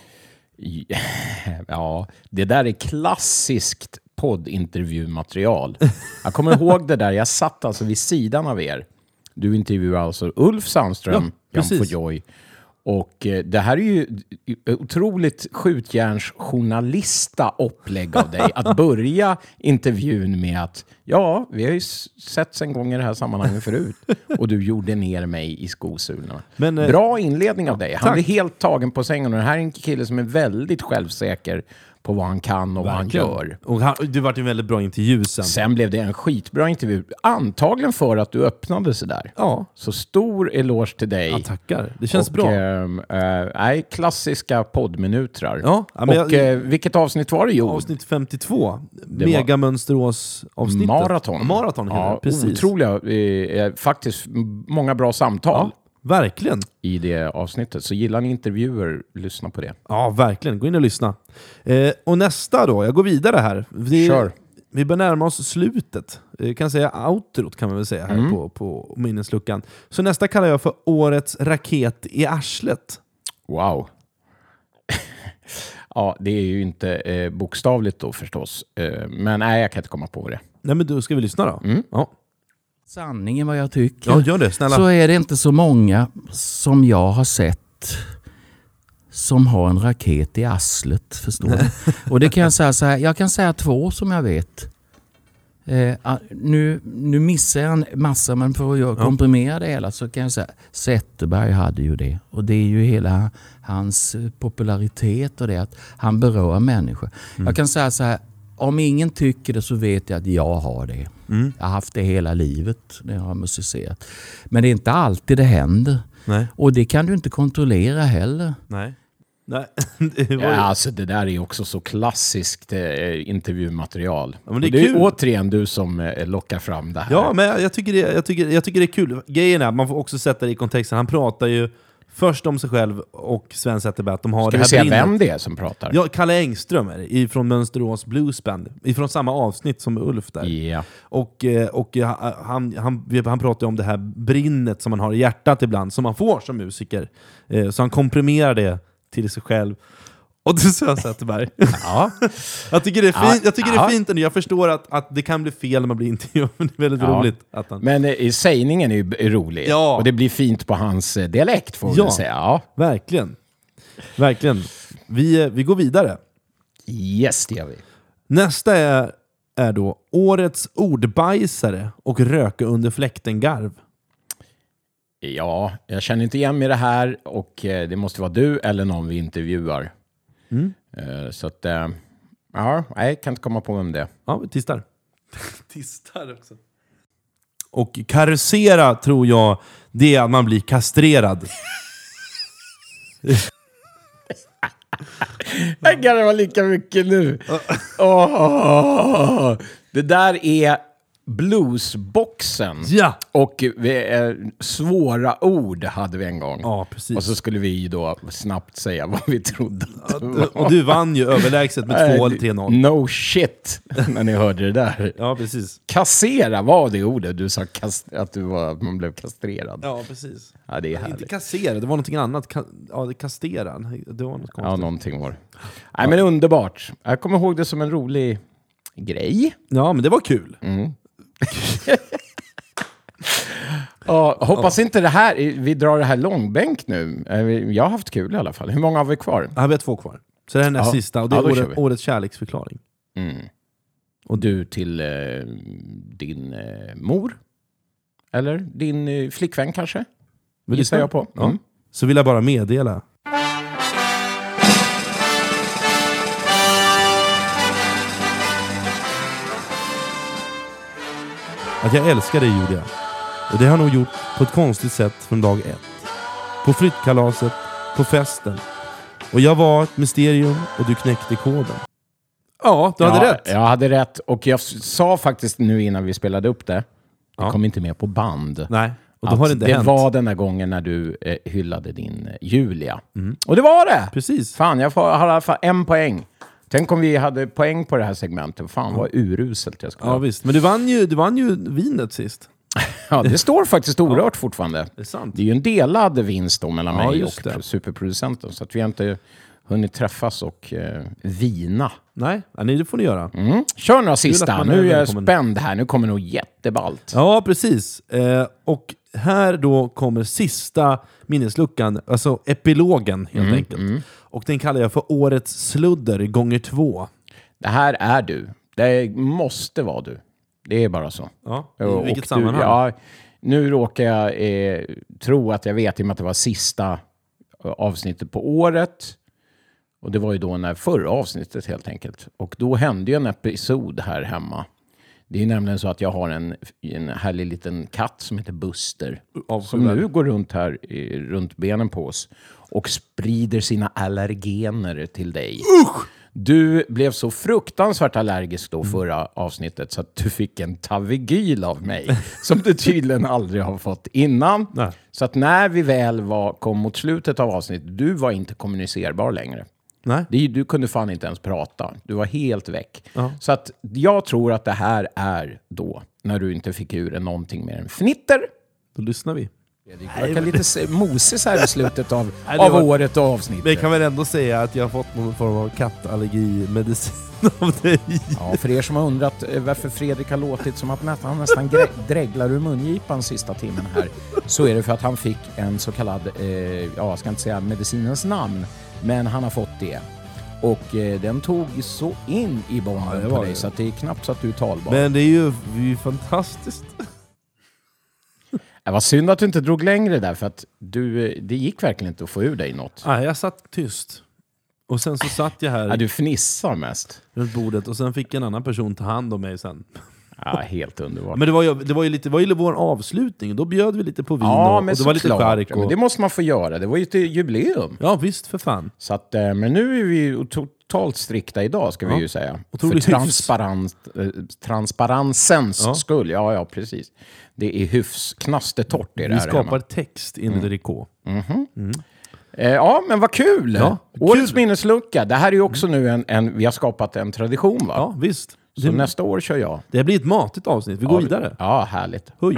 Ja, det där är klassiskt poddintervjumaterial. Jag kommer ihåg det där, jag satt alltså vid sidan av er. Du intervjuar alltså Ulf Sandström, Jan Fojoy. Och det här är ju otroligt skjutjärnsjournalista upplägg av dig. Att börja intervjun med att ja, vi har ju sett en gång i det här sammanhanget förut. Och du gjorde ner mig i skosulorna. Men, bra inledning av dig. Han blir helt tagen på sängen. Och det här är en kille som är väldigt självsäker på vad han kan och vad han gör. Och du var en väldigt bra intervju sen. Sen blev det en skitbra intervju. Antagligen för att du öppnade sig där. Ja. Så stor eloge till dig. Ja, tackar. Det känns bra. Klassiska poddminutrar. Ja, och vilket avsnitt var det, Jo? Avsnitt 52. Megamönsterås-avsnittet. Maraton. Ja, precis. Otroliga, faktiskt många bra samtal. Ja. Verkligen. I det avsnittet. Så gillar ni intervjuer, lyssna på det. Ja, verkligen. Gå in och lyssna. Och nästa då, jag går vidare här. Kör. Vi börjar närma oss slutet. Jag kan säga outrot kan man väl säga här på minnesluckan. Så nästa kallar jag för årets raket i arslet. Wow. Ja, det är ju inte bokstavligt då förstås. Men nej, jag kan inte komma på det. Nej, men då ska vi lyssna då. Ja. Sanningen vad jag tycker. Ja, gör det, snälla. Så är det inte så många som jag har sett som har en raket i arslet, förstår du? Och det kan jag säga så här, jag kan säga 2 som jag vet. Nu missar jag en massa, men för att komprimera det hela så kan jag säga Zetterberg hade ju det. Och det är ju hela hans popularitet och det att han berör människor. Jag kan säga så här, om ingen tycker det så vet jag att jag har det. Jag har haft det hela livet när jag har musicerat. Men det är inte alltid det händer. Nej. Och det kan du inte kontrollera heller. Nej. Alltså det där är också så klassiskt intervjumaterial. Ja, men det är kul. kul. Återigen du som lockar fram det här. Ja, men jag tycker det är kul. Grejen är, man får också sätta det i kontexten. Han pratar ju först om sig själv och Sven Zetterberg. De har Ska vi se vem det är som pratar? Ja, Kalle Engström är det, från Mönsterås Bluesband. Ifrån samma avsnitt som Ulf där. Ja. Och han pratar om det här brinnet som man har i hjärtat ibland, som man får som musiker. Så han komprimerar det till sig själv. Och det sa Zetterberg. Ja. Jag tycker det är fint. Jag tycker det är fint. Jag förstår att det kan bli fel när man blir intervjuad. Men det är väldigt roligt. Att han... Men sägningen är ju rolig. Ja. Och det blir fint på hans dialekt, får vi säga. Ja, verkligen. Verkligen. Vi går vidare. Yes, det gör vi. Nästa är då årets ordbajsare och röka under fläkten-garv. Ja, jag känner inte igen mig i det här och det måste vara du eller någon vi intervjuar. Så att, ja, jag kan inte komma på vem det är. Ja, vi tistar. Tistar också. Och karusera tror jag, det är att man blir kastrerad. Jag garvar lika mycket nu. Det där är bluesboxen. Ja. Och svåra ord hade vi en gång. Ja, precis. Och så skulle vi då snabbt säga vad vi trodde. Och du vann ju överlägset med 2 eller 3-0. No shit, när ni hörde det där. Ja, precis. Kassera var det ordet. Du sa att man blev kastrerad. Ja, precis. Ja, det är härligt. Inte kassera, det var någonting annat. Kastera. Det var något konstigt. Ja, någonting var det. Nej, men underbart. Jag kommer ihåg det som en rolig grej. Ja, men det var kul. Hoppas inte det här, vi drar det här långbänk nu. Jag har haft kul i alla fall. Hur många har vi kvar? Ja, vi har 2 kvar. Så det här är den sista, och det är årets kärleksförklaring. Och du till din mor? Eller din flickvän kanske? Gissar jag på. Ja. Så vill jag bara meddela att jag älskar dig, Julia. Och det har jag nog gjort på ett konstigt sätt från dag 1. På flyttkalaset, på festen. Och jag var ett mysterium och du knäckte koden. Ja, du hade rätt. Jag hade rätt. Och jag sa faktiskt nu innan vi spelade upp det. Det kom inte med på band. Nej. Och då har det inte hänt. var den där gången när du hyllade din Julia. Och det var det! Precis. Fan, jag har i alla fall 1 poäng. Tänk om vi hade poäng på det här segmentet. Fan, vad uruselt jag skulle Ja, visst. Men du vann ju vinet sist. Ja, det står faktiskt orört fortfarande. Det är sant. Det är ju en delad vinst då mellan mig just och det. superproducenten. Så att vi har inte hunnit träffas och vina. Nej, det får ni göra. Kör några att sista. man Nu är jag välkommen. spänd här. Nu kommer nog jätteballt. Ja, precis. Och här då kommer sista minnesluckan, alltså epilogen helt enkelt. Och den kallar jag för Årets sludder gånger 2. Det här är du. Det måste vara du. Det är bara så. Ja, Och i vilket du, sammanhang? ja, nu råkar jag tro att jag vet i och med att det var sista avsnittet på året. Och det var ju då när förra avsnittet helt enkelt. Och då hände ju en episod här hemma. Det är nämligen så att jag har en härlig liten katt som heter Buster. Som nu går runt här runt benen på oss. Och sprider sina allergener till dig. Du blev så fruktansvärt allergisk då förra avsnittet så att du fick en Tavigyl av mig. Som du tydligen aldrig har fått innan. Nej. Så att när vi väl kom mot slutet av avsnittet, du var inte kommunicerbar längre. Nej. Du kunde fan inte ens prata. Du var helt väck. Ja. Så att jag tror att det här är då när du inte fick ur någonting mer än fnitter. Då lyssnar vi. Det verkar lite moses här i slutet av det var- året och avsnittet. Men jag kan väl ändå säga att jag har fått någon form av kattallergimedicin av dig. Ja, för er som har undrat varför Fredrik har låtit som att han nästan dreglar ur mungipan sista timmen här, så är det för att han fick en så kallad, jag ska inte säga medicinens namn, men han har fått det. Och den tog så in i bomben det på var dig det. så att det är knappt så att du är talbar. Men det är ju fantastiskt. Det var synd att du inte drog längre där, för att det gick verkligen inte att få ur dig något. Nej, jag satt tyst. Och sen så satt jag här Ja, du fnissar mest. runt bordet och sen fick en annan person ta hand om mig sen. Ja, helt underbart. Men det var ju vår avslutning. Då bjöd vi lite på vin Ja, och men det var lite såklart. chark. Men det måste man få göra. Det var ju ett jubileum. Ja, visst för fan. Så att, men nu är vi ju totalt strikta idag, ska vi ju säga. Otroligt För transparensens skull. Ja, precis. Det är knastertorrt i det Vi här skapar hemma. text enligt Rico. Ja, men vad kul! Ja, Årets kul. minneslucka. Det här är ju också nu vi har skapat en tradition, va? Ja, visst. Så nästa år kör jag. Det blir ett matigt avsnitt. Vi går vidare. Ja, härligt. Höj.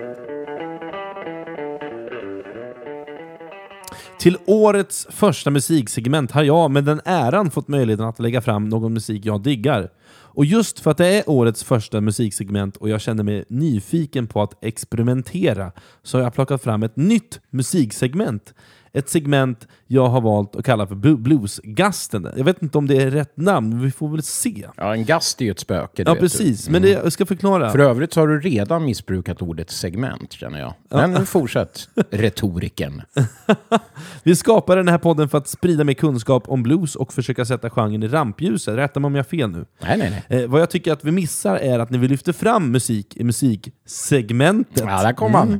Till årets första musiksegment har jag med den äran fått möjligheten att lägga fram någon musik jag diggar. Och just för att det är årets första musiksegment och jag känner mig nyfiken på att experimentera, så har jag plockat fram ett nytt musiksegment. Ett segment jag har valt att kalla för Bluesgasten. Jag vet inte om det är rätt namn, men vi får väl se. Ja, en gast är ju ett spöke. Ja, precis. Men jag ska förklara. För övrigt så har du redan missbrukat ordet segment, känner jag. Men nu fortsätt retoriken. Vi skapar den här podden för att sprida mer kunskap om blues och försöka sätta genren i rampljuset. Rätta mig om jag har fel nu. Nej. Vad jag tycker att vi missar är att när vi lyfter fram musik i musiksegmentet, Ja, där kom han.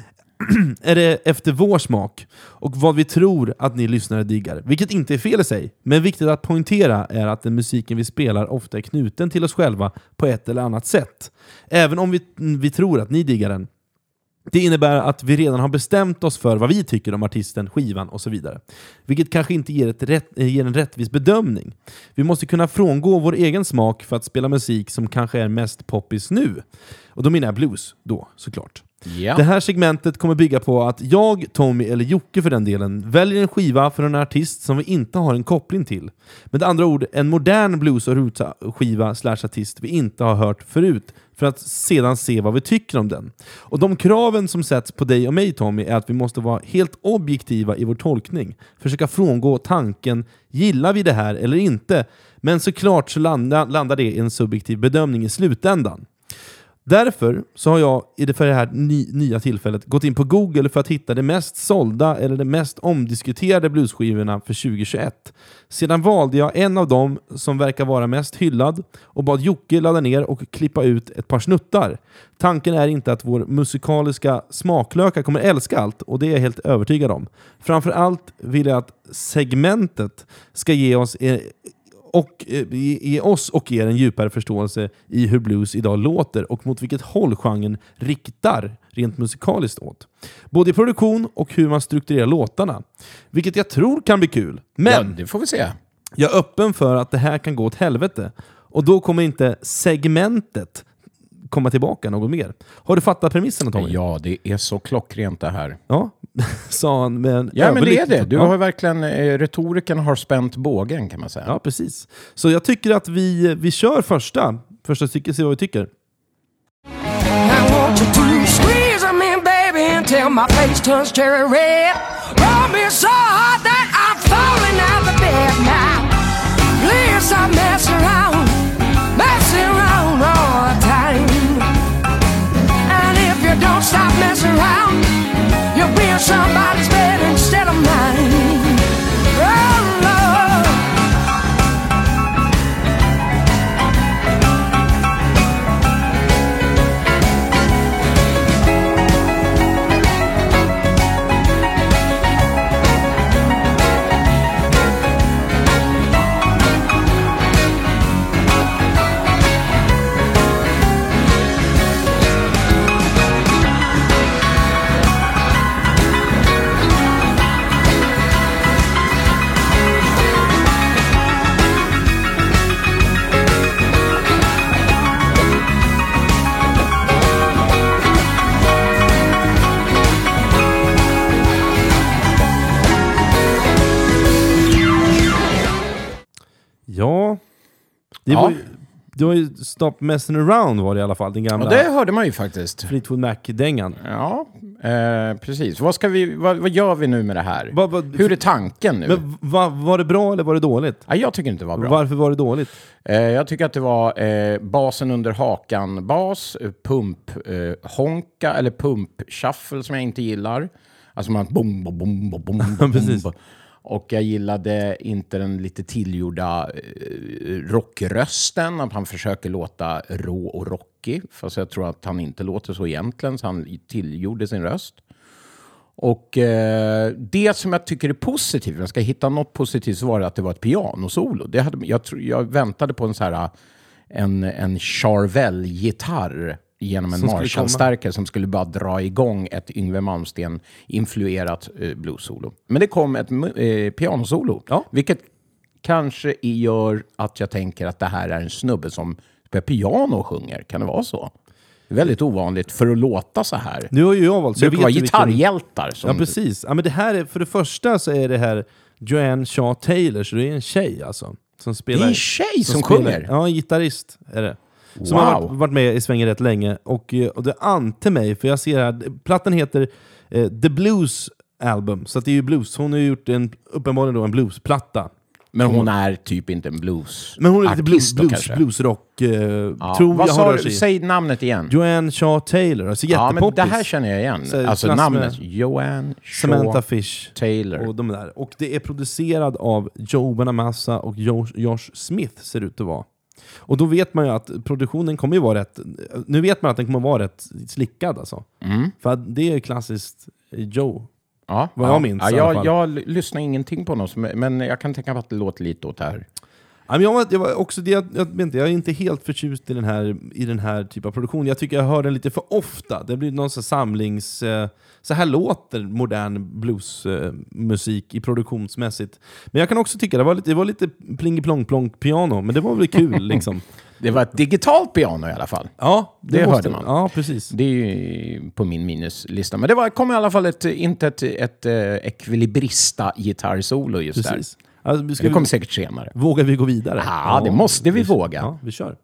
är det efter vår smak och vad vi tror att ni lyssnare diggar. Vilket inte är fel i sig, men viktigt att poängtera är att den musiken vi spelar ofta är knuten till oss själva på ett eller annat sätt. Även om vi tror att ni diggar den. Det innebär att vi redan har bestämt oss för vad vi tycker om artisten, skivan och så vidare. Vilket kanske inte ger en rättvis bedömning. Vi måste kunna frångå vår egen smak för att spela musik som kanske är mest poppis nu. Och då menar jag blues då, såklart. Ja. Det här segmentet kommer bygga på att jag, Tommy eller Jocke för den delen väljer en skiva för en artist som vi inte har en koppling till. Med andra ord, en modern blues- och roots-skiva / artist vi inte har hört förut, för att sedan se vad vi tycker om den. Och de kraven som sätts på dig och mig, Tommy, är att vi måste vara helt objektiva i vår tolkning. Försöka frångå tanken, gillar vi det här eller inte? Men såklart så landar det i en subjektiv bedömning i slutändan. Därför så har jag för det här nya tillfället gått in på Google för att hitta det mest sålda eller det mest omdiskuterade bluesskivorna för 2021. Sedan valde jag en av dem som verkar vara mest hyllad och bad Jocke ladda ner och klippa ut ett par snuttar. Tanken är inte att vår musikaliska smaklökar kommer älska allt, och det är jag helt övertygad om. Framförallt vill jag att segmentet ska ge oss er en djupare förståelse i hur blues idag låter och mot vilket håll genren riktar rent musikaliskt åt. Både i produktion och hur man strukturerar låtarna. Vilket jag tror kan bli kul. Men Ja, det får vi se. jag är öppen för att det här kan gå åt helvete. Och då kommer inte segmentet komma tillbaka något mer. Har du fattat premissen, Tommy? Ja, det är så klockrent det här. Ja, sa han med en Ja, men det är överlycklig det. Du ton. har verkligen, retoriken har spänt bågen kan man säga. Ja, precis. Så jag tycker att vi kör första stycket, se vad vi tycker. I want you to squeeze them in, baby, until my face turns cherry red. Roll me so hard that I'm falling out of bed now. Please stop messing around all the time. And if you don't stop messing around, you'll be in somebody's bed instead of mine. Oh, Lord. Ja, det var ju Stop Messing Around var det i alla fall, den gamla Och det hörde man ju faktiskt. Fleetwood Mac-dängan. Ja, precis. Vad gör vi nu med det här? Hur är tanken nu? Men var det bra eller var det dåligt? Ja, jag tycker inte det var bra. Varför var det dåligt? Jag tycker att det var basen under hakan bas, honka eller pump-shuffle som jag inte gillar. Alltså man bom, bom, bom, bom, bom, Precis. bom. Och jag gillade inte den lite tillgjorda rockrösten. Att han försöker låta rå och rockig. Fast jag tror att han inte låter så egentligen. Så han tillgjorde sin röst. Och det som jag tycker är positivt, jag ska hitta något positivt, så var det att det var ett pianosolo. Jag väntade på en Charvel-gitarr genom en Marshall-stärkare som skulle bara dra igång ett Yngwie Malmsteen-influerat blues-solo. Men det kom ett pianosolo, vilket kanske gör att jag tänker att det här är en snubbe som spelar piano och sjunger. Kan det vara så? Det är väldigt ovanligt för att låta så här. Nu har ju jag valt. Så det var gitarrhjältar. Som... Ja, precis. Ja, men det här är, för det första så är det här Joanne Shaw Taylor, så det är en tjej alltså. Som spelar, det är en tjej som sjunger? Ja, en gitarrist är det. Wow. Som har varit med i svängen rätt länge. Och det ante mig, för jag ser här, plattan heter The Blues Album. Så att det är ju blues. Hon har ju gjort uppenbarligen då en bluesplatta. Men hon är typ inte en blues. Men hon är lite bluesrock. Vad sa du? Säg namnet igen. Joanne Shaw Taylor. Alltså ja, men det här känner jag igen. Så, alltså namnet. Joanne Shaw Samantha Fish Taylor. Och de där. Och det är producerad av Joe Bonamassa och Josh Smith, ser det ut att vara. Och då vet man ju att produktionen kommer ju vara rätt... Nu vet man att den kommer vara rätt slickad alltså. För att det är klassiskt Joe. Ja, vad jag minns. Jag lyssnar ingenting på något, men jag kan tänka på att det låter lite åt det här. Jag var också det, jag är inte helt förtjust i den här typen av produktion. Jag tycker jag hör den lite för ofta. Det blir någon samlings... Så här låter modern bluesmusik i produktionsmässigt. Men jag kan också tycka det var lite plingi-plong-plong piano, men det var väl kul liksom. Det var ett digitalt piano i alla fall. Ja, det hörde man. Ja, precis. Det är ju på min minuslista. Men det kom i alla fall inte ett ekvilibrista gitarrsolo just precis. Där. Alltså, det kommer säkert senare. Vågar vi gå vidare? Ja, det måste vi våga. Ja, vi kör.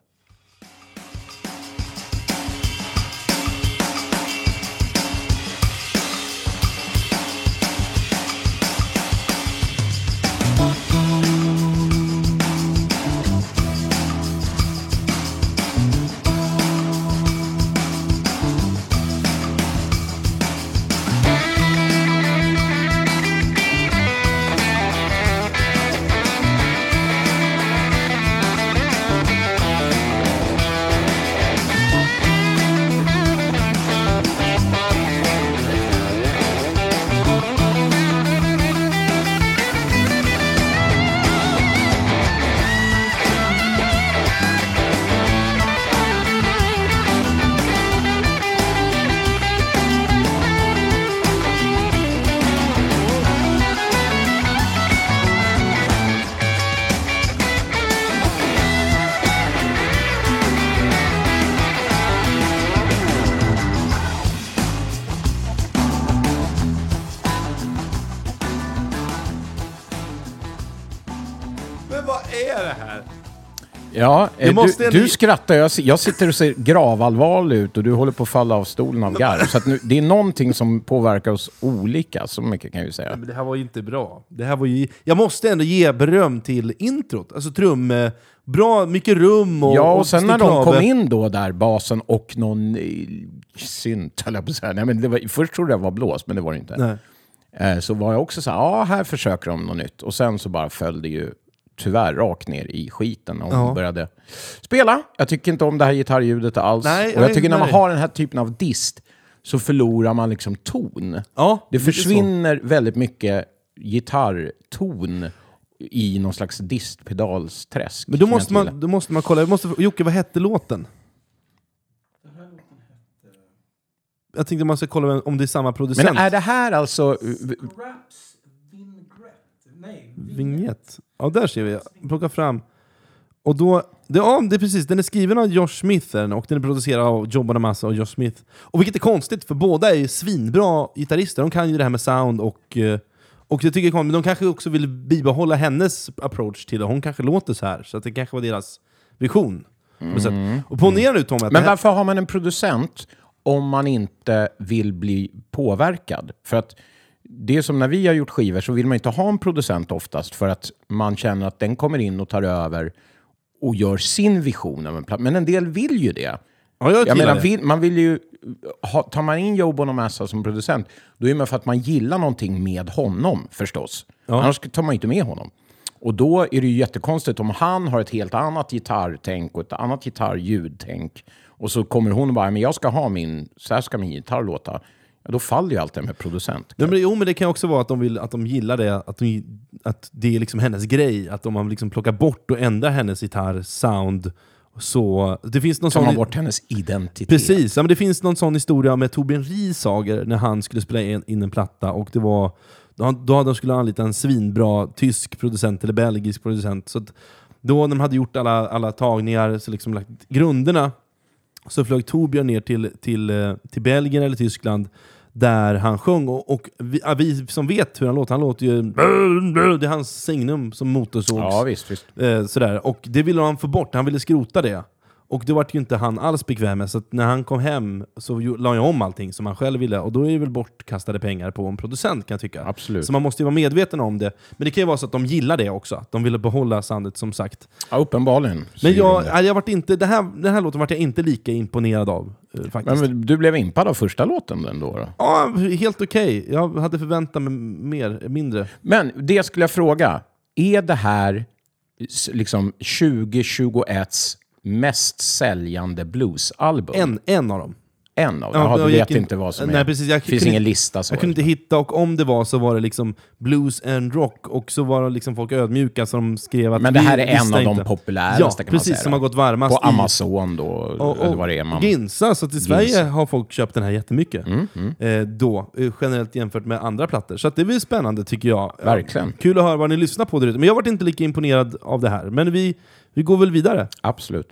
Men vad är det här? Ja, måste du skrattar. Jag sitter och ser gravallvarlig ut och du håller på att falla av stolen av garv. Så att nu, det är någonting som påverkar oss olika, så mycket kan jag ju säga. Men det här var ju inte bra. Det här var ju... Jag måste ändå ge beröm till introt. Alltså bra, mycket rum och... Ja, och sen när de kom in då där, basen och någon synt, höll jag på att säga. Nej, men först trodde jag var blås, men det var det inte. Nej. Så var jag också så här, här försöker de något nytt. Och sen så bara föll det ju tyvärr rakt ner i skiten och hon började spela. Jag tycker inte om det här gitarrljudet alls. Nej, och jag tycker när man har den här typen av dist så förlorar man liksom ton. Ja, det försvinner väldigt mycket gitarrton i någon slags distpedalsträsk. Men då måste man kolla. Jocke, vad hette låten? Jag tänkte man ska kolla om det är samma producent. Men är det här alltså... Vignett. Ja, där ser vi. Plocka fram. Och då... det är precis. Den är skriven av Josh Smith och den är producerad av Joe Bonamassa och Josh Smith. Och vilket är konstigt, för båda är ju svinbra gitarrister. De kan ju det här med sound och jag tycker men de kanske också vill bibehålla hennes approach till det. Hon kanske låter så här. Så att det kanske var deras vision. Och ponera nu, Tom. Men varför har man en producent om man inte vill bli påverkad? För att det är som när vi har gjort skivor, så vill man inte ha en producent oftast, för att man känner att den kommer in och tar över och gör sin vision av en platta. Men en del vill ju det. Ja, jag menar, man vill ju tar man in Joe Bonamassa som producent, då är det för att man gillar någonting med honom förstås. Ja. Annars tar man inte med honom. Och då är det ju jättekonstigt om han har ett helt annat gitarrtänk och ett annat gitarrljudtänk. Och så kommer hon och bara, men jag ska ha så här ska min gitarr låta. Ja, då faller ju allt det med producent. Men det kan också vara att de gillar det, att det är liksom hennes grej, att om man liksom plockar bort och ändrar hennes gitarrsound, så det finns någon sån bort hennes identitet. Precis, ja, men det finns någon sån historia med Torbjörn Riesager när han skulle spela in en platta, och det var då hade de skulle anlita en svinbra tysk producent eller belgisk producent, så att då när de hade gjort alla tagningar, så liksom lagt grunderna, så flög Torbjörn ner till Belgien eller Tyskland där han sjöng, och vi som vet hur han låter ju det är hans signum som motorsågs. Ja, visst. Sådär. Och det ville han få bort, han ville skrota det. Och det var ju inte han alls bekväm med, så att när han kom hem så la jag om allting som han själv ville, och då är det väl bortkastade pengar på en producent, kan jag tycka. Absolut. Så man måste ju vara medveten om det. Men det kan ju vara så att de gillar det också, att de ville behålla soundet, som sagt. Ja, uppenbarligen. Men jag vart inte, den här låten vart jag inte lika imponerad av faktiskt. Men du blev impad av första låten då? Ja, helt okej. Jag hade förväntat mig mindre. Men det skulle jag fråga, är det här liksom 2021s mest säljande bluesalbum? En av dem. Du vet inte vad som är. Nej, precis, det finns ingen lista. Jag kunde inte hitta, och om det var så var det liksom blues and rock, och så var det liksom folk ödmjuka som skrev att... Men det här är en av de populäraste, kan man säga. Som har gått varmast på Amazon då, eller vad det är. Ginsa, så att i Sverige har folk köpt den här jättemycket. Generellt jämfört med andra plattor. Så att det blir spännande, tycker jag. Verkligen. Kul att höra vad ni lyssnar på där ute. Men jag har varit inte lika imponerad av det här. Men vi går väl vidare. Absolut.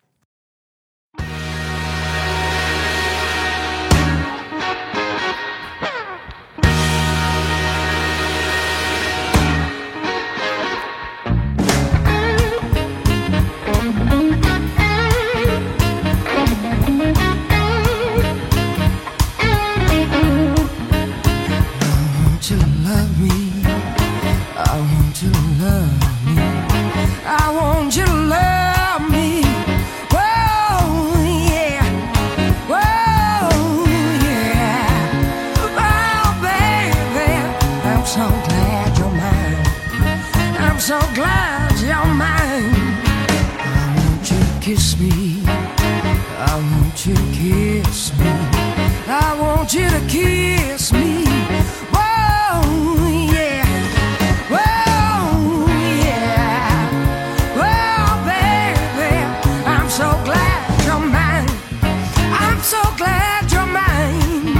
So glad you're mine. I want you to kiss me. I want you to kiss me. I want you to kiss me. Whoa, yeah. Whoa, yeah. Whoa, baby, I'm so glad you're mine. I'm so glad you're mine.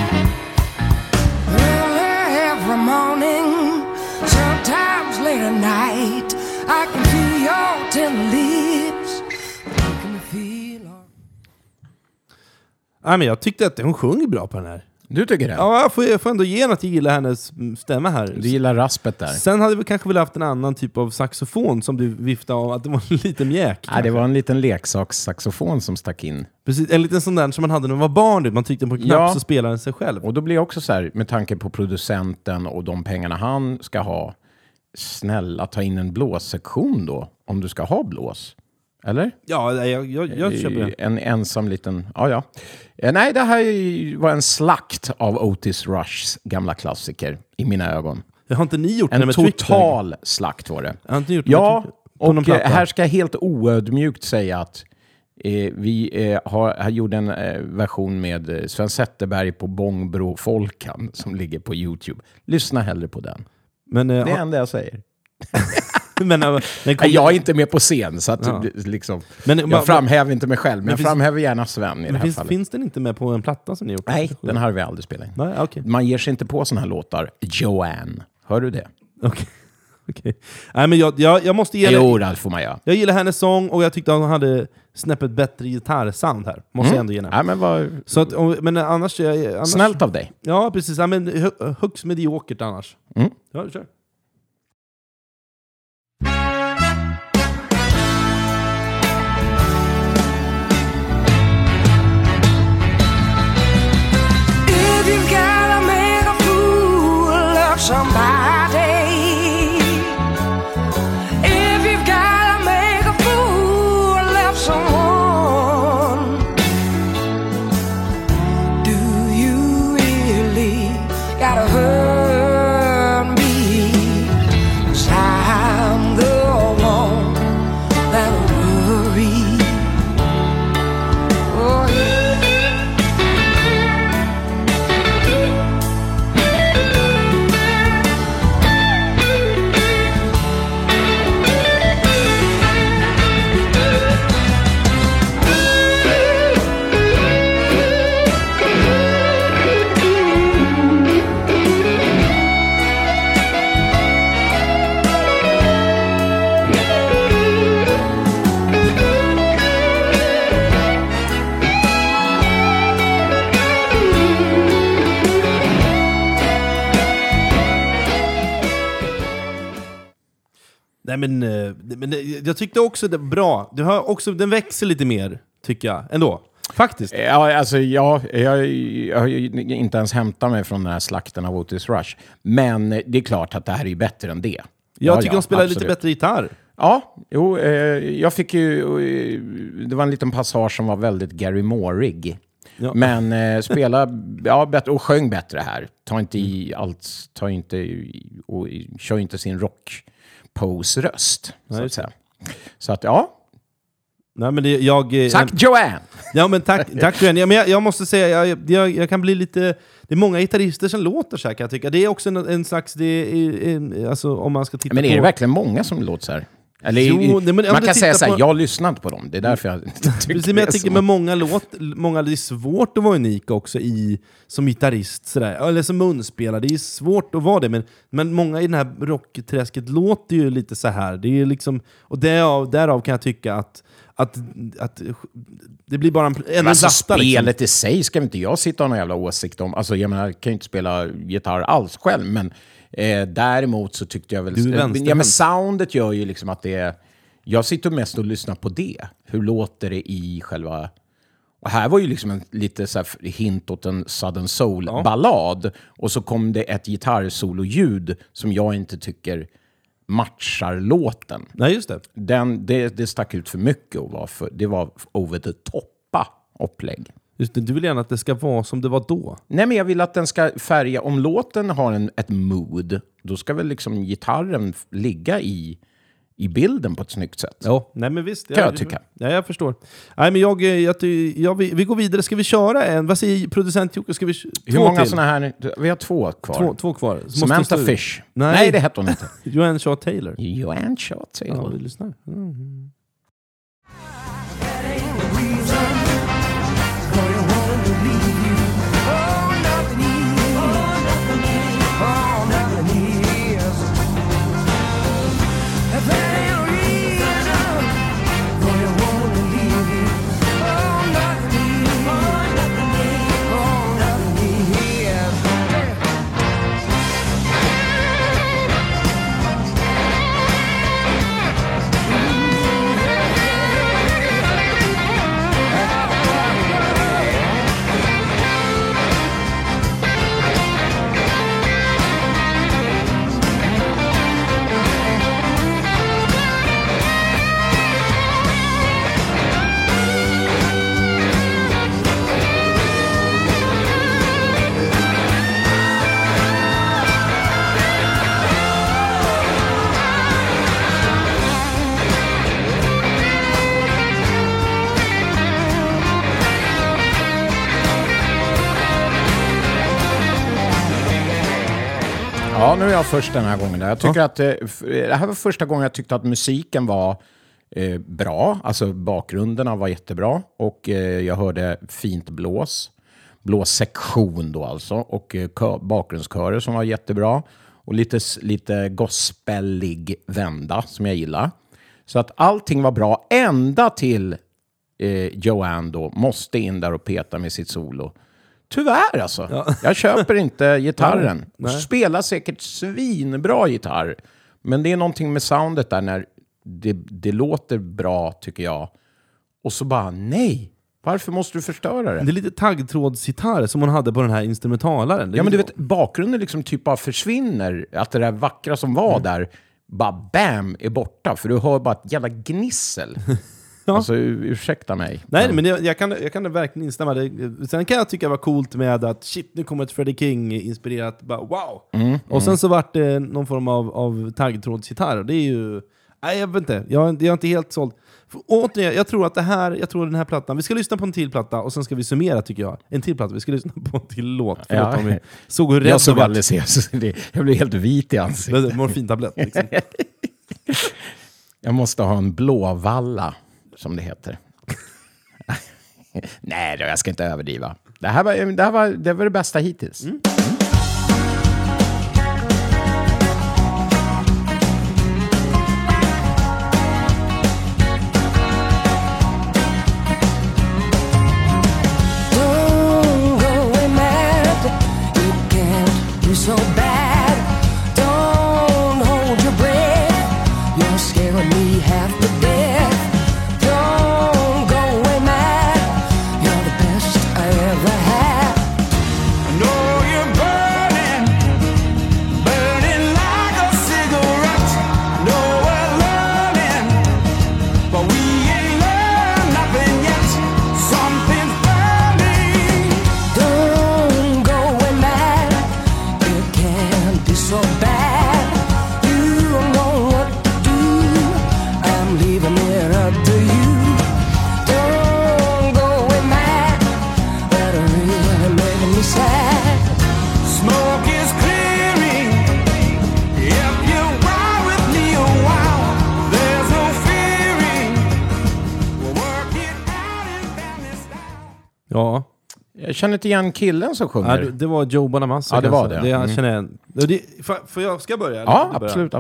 Early every morning, sometimes late at night, I can feel your tender lips. Ja, men jag tyckte att hon sjöng bra på den här. Du tycker det? Ja, jag får ändå ge att jag gillar hennes stämma här. Du gillar raspet där. Sen hade vi kanske väl haft en annan typ av saxofon som du viftade av, att det var en liten mjäk. Nej, det var en liten leksakssaxofon som stack in. Precis, en liten sån där som man hade när man var barn. Man tryckte på en knapp så spelade den sig själv. Och då blir jag också så här, med tanke på producenten och de pengarna han ska ha, snälla ta in en blåssektion då, om du ska ha blås. Eller? Ja, jag köper det. En ensam liten... Ja. Nej, det här var en slakt av Otis Rushs gamla klassiker i mina ögon. Har inte ni gjort en det med total slakt var det. Jag har inte gjort det ja, på någon och platta. här ska jag helt oödmjukt säga att vi har gjort en version med Sven Zetterberg på Bångbro Folkan som ligger på YouTube. Lyssna hellre på den. Men, det är det enda jag säger. Jag är inte med på scen så att liksom, jag framhäver inte mig själv, men jag framhäver gärna Sven i det här fallet. Finns den inte med på en platta som ni gjort? Nej, den har vi aldrig spelat in. Nej, okay. Man ger sig inte på såna här låtar. Joanne, hör du det? Okej. Nej, men jag måste ge det får man göra. Jag gillar hennes sång och jag tyckte att hon hade snäppet bättre gitarrsound här. Måste jag ändå ge henne. Så att, men annars... Snällt av dig. Ja, precis. Ja, men högst mediokert annars. Ja, kör. You've gotta make a fool of somebody. If you've gotta make a fool of someone, do you really gotta hurt me? 'Cause I'm the one that'll worry. Oh yeah. Nej, men jag tyckte också det var bra. Du har också, den växer lite mer, tycker jag. Ändå. Faktiskt. Ja, alltså jag har inte ens hämtat mig från den här slakten av Otis Rush. Men det är klart att det här är bättre än det. Jag tycker de spelar lite bättre gitarr. Ja, jag fick ju... Det var en liten passage som var väldigt Gary Moorig. Ja. Men spela bättre och sjöng bättre här. Ta inte i allt, och kör inte sin rock-pose-röst. Så att säga. Så att Nej, men tack Joanne! Ja, men tack Joanne. Men jag måste säga, jag kan bli lite... Det är många gitarrister som låter så här, kan jag tycka. Det är också en slags... alltså, om man ska titta men är det verkligen många som låter så här? Eller, man kan säga så här, jag har lyssnat på dem. Det är därför jag tycker men jag tycker med många det är svårt att vara unika också som gitarrist sådär. Eller som munspelare. Det är svårt att vara det. Men många i den här rockträsket låter ju lite så här. Det är liksom, och därav kan jag tycka att det blir bara en alltså spelet liksom. I sig ska inte jag sitta och ha någon jävla åsikt om. Alltså jag menar, jag kan ju inte spela gitarr alls själv, men däremot så tyckte jag väl... men soundet gör ju liksom att det är... Jag sitter mest och lyssnar på det. Hur låter det i själva... Och här var ju liksom en lite så här hint åt en Southern Soul-ballad. Och så kom det ett gitarrsolo-ljud som jag inte tycker matchar låten. Nej, just det. Det stack ut för mycket och det var over the toppa upplägg. Just det, du vill gärna att det ska vara som det var då. Nej, men jag vill att den ska färga... Om låten har ett mood, då ska väl liksom gitarren ligga i bilden på ett snyggt sätt. Ja, nej men visst. Kan jag tycka. Ja, jag förstår. Nej, men vi går vidare. Ska vi köra en? Vad säger producent Jocke? Ska vi hur många sådana här? Vi har 2 kvar. 2 kvar. Samantha Fish. Nej, det hette hon inte. Joanne Shaw Taylor. Joanne Shaw Taylor. Ja, vi lyssnar. Ja, nu är jag först den här gången. Jag tycker att det här var första gången jag tyckte att musiken var bra. Alltså bakgrunderna var jättebra. Och jag hörde fint blåssektion då alltså. Och bakgrundskörer som var jättebra. Och lite gospelig vända som jag gillar. Så att allting var bra ända till Joanne då måste in där och peta med sitt solo. Tyvärr alltså. Ja. Jag köper inte gitarren. Nej. Spelar säkert svinbra gitarr. Men det är någonting med soundet där när det låter bra tycker jag. Och så bara nej. Varför måste du förstöra det? Det är lite taggtrådsgitarr som hon hade på den här instrumentalaren. Ja men du vet, bakgrunden liksom typ bara försvinner. Att det där vackra som var där bara bam är borta. För du hör bara ett jävla gnissel. Ja. Alltså ursäkta mig. Nej men jag kan verkligen instämma. Sen kan jag tycka det var coolt med att shit, nu kommer ett Freddie King inspirerat. Bara, wow! Och sen så vart det någon form av taggtrådsgitarr. Det är ju... Nej, jag vet inte. Jag är inte helt såld. Återigen, jag tror den här plattan... Vi ska lyssna på en till platta och sen ska vi summera tycker jag. En till platta, vi ska lyssna på en till låt. Ja. Om vi såg hur rädd jag såg aldrig se. Jag blev helt vit i ansiktet. Morfintablett liksom. Jag måste ha en blåvalla, som det heter. Nej, jag ska inte överdriva. Det var det bästa hittills. So bad, don't hold your breath. You're scaring me half to death. Don't go away mad. You're the best I ever had. I know you're burning, burning like a cigarette. I know we're learning, but we ain't learned nothing yet. Something's burning. Don't go away mad. So bad, you don't know what to do. I'm leaving it up to you. Don't go away mad. That really making me sad. Smoke is clearing. If you ride with me a while, there's no fearing. We'll work it out in family style. Ja. Jag känner inte igen killen som sjunger. Ja, det var Joe Bonamassa. Ja, det var det. Det jag känner igen. För jag ska börja? Ja, absolut.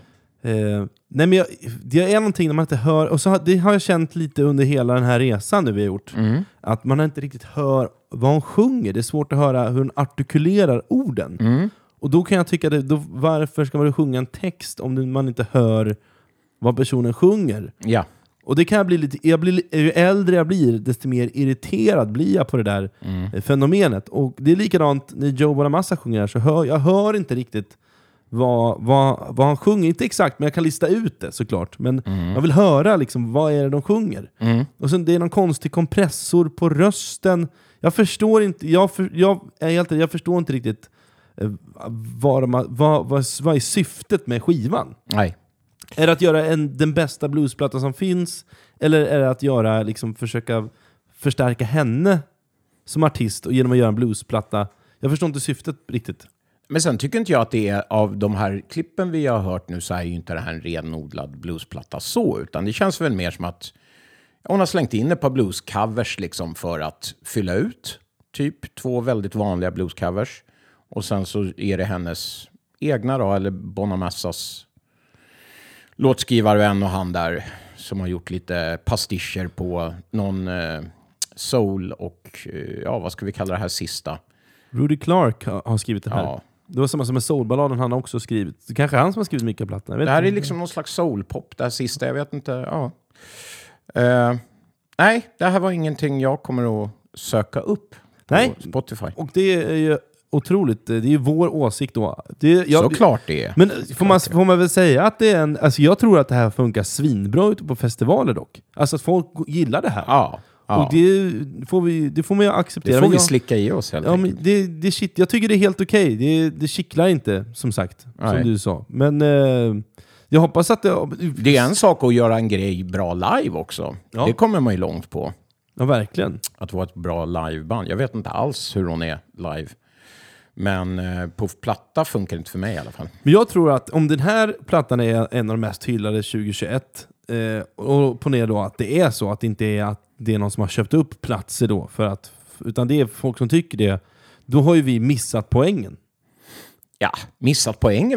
Nej, men det är någonting när man inte hör. Och så det har jag känt lite under hela den här resan nu vi har gjort. Att man inte riktigt hör vad hon sjunger. Det är svårt att höra hur hon artikulerar orden. Och då kan jag tycka varför ska man sjunga en text om man inte hör vad personen sjunger? Ja. Och det kan jag bli lite... ju äldre jag blir, desto mer irriterad blir jag på det där fenomenet. Och det är likadant när Joe Bonamassa sjunger så jag hör inte riktigt vad han sjunger. Inte exakt, men jag kan lista ut det såklart. Men jag vill höra liksom, vad är det de sjunger. Och sen det är någon konstig kompressor på rösten. Jag förstår inte... Jag förstår inte riktigt vad är syftet med skivan. Nej. Är det att göra den bästa bluesplattan som finns? Eller är det att göra, liksom, försöka förstärka henne som artist och genom att göra en bluesplatta? Jag förstår inte syftet riktigt. Men sen tycker inte jag att det är av de här klippen vi har hört nu så är ju inte det här en renodlad bluesplatta så. Utan det känns väl mer som att hon har slängt in ett par bluescovers liksom för att fylla ut. Typ 2 väldigt vanliga bluescovers. Och sen så är det hennes egna då, eller Bonamassas låtskrivare och han där som har gjort lite pastischer på någon soul och vad ska vi kalla det här sista? Rudy Clark har skrivit det här. Ja. Det var samma som med soulballaden han har också skrivit. Det kanske är han som har skrivit mycket av plattan. Det här är liksom någon slags soulpop det här sista, jag vet inte. Ja. Nej, det här var ingenting jag kommer att söka upp på Spotify. Och det är ju otroligt, det är ju vår åsikt då. Såklart det är. Men får man väl säga att det är alltså jag tror att det här funkar svinbra ute på festivaler dock. Alltså att folk gillar det här. Ja. Och det får man ju acceptera. Det får vi slicka i oss helt enkelt. Men jag tycker det är helt okej. Det kittlar inte, som sagt. Nej. Som du sa. Men jag hoppas att det är en sak att göra en grej bra live också. Ja. Det kommer man ju långt på. Ja, verkligen. Att vara ett bra liveband. Jag vet inte alls hur hon är live. Men på platta funkar det inte för mig i alla fall. Men jag tror att om den här plattan är en av de mest hyllade 2021 och på ner då att det är så att det inte är att det är någon som har köpt upp platser då utan det är folk som tycker det, då har ju vi missat poängen. Ja, missat poängen.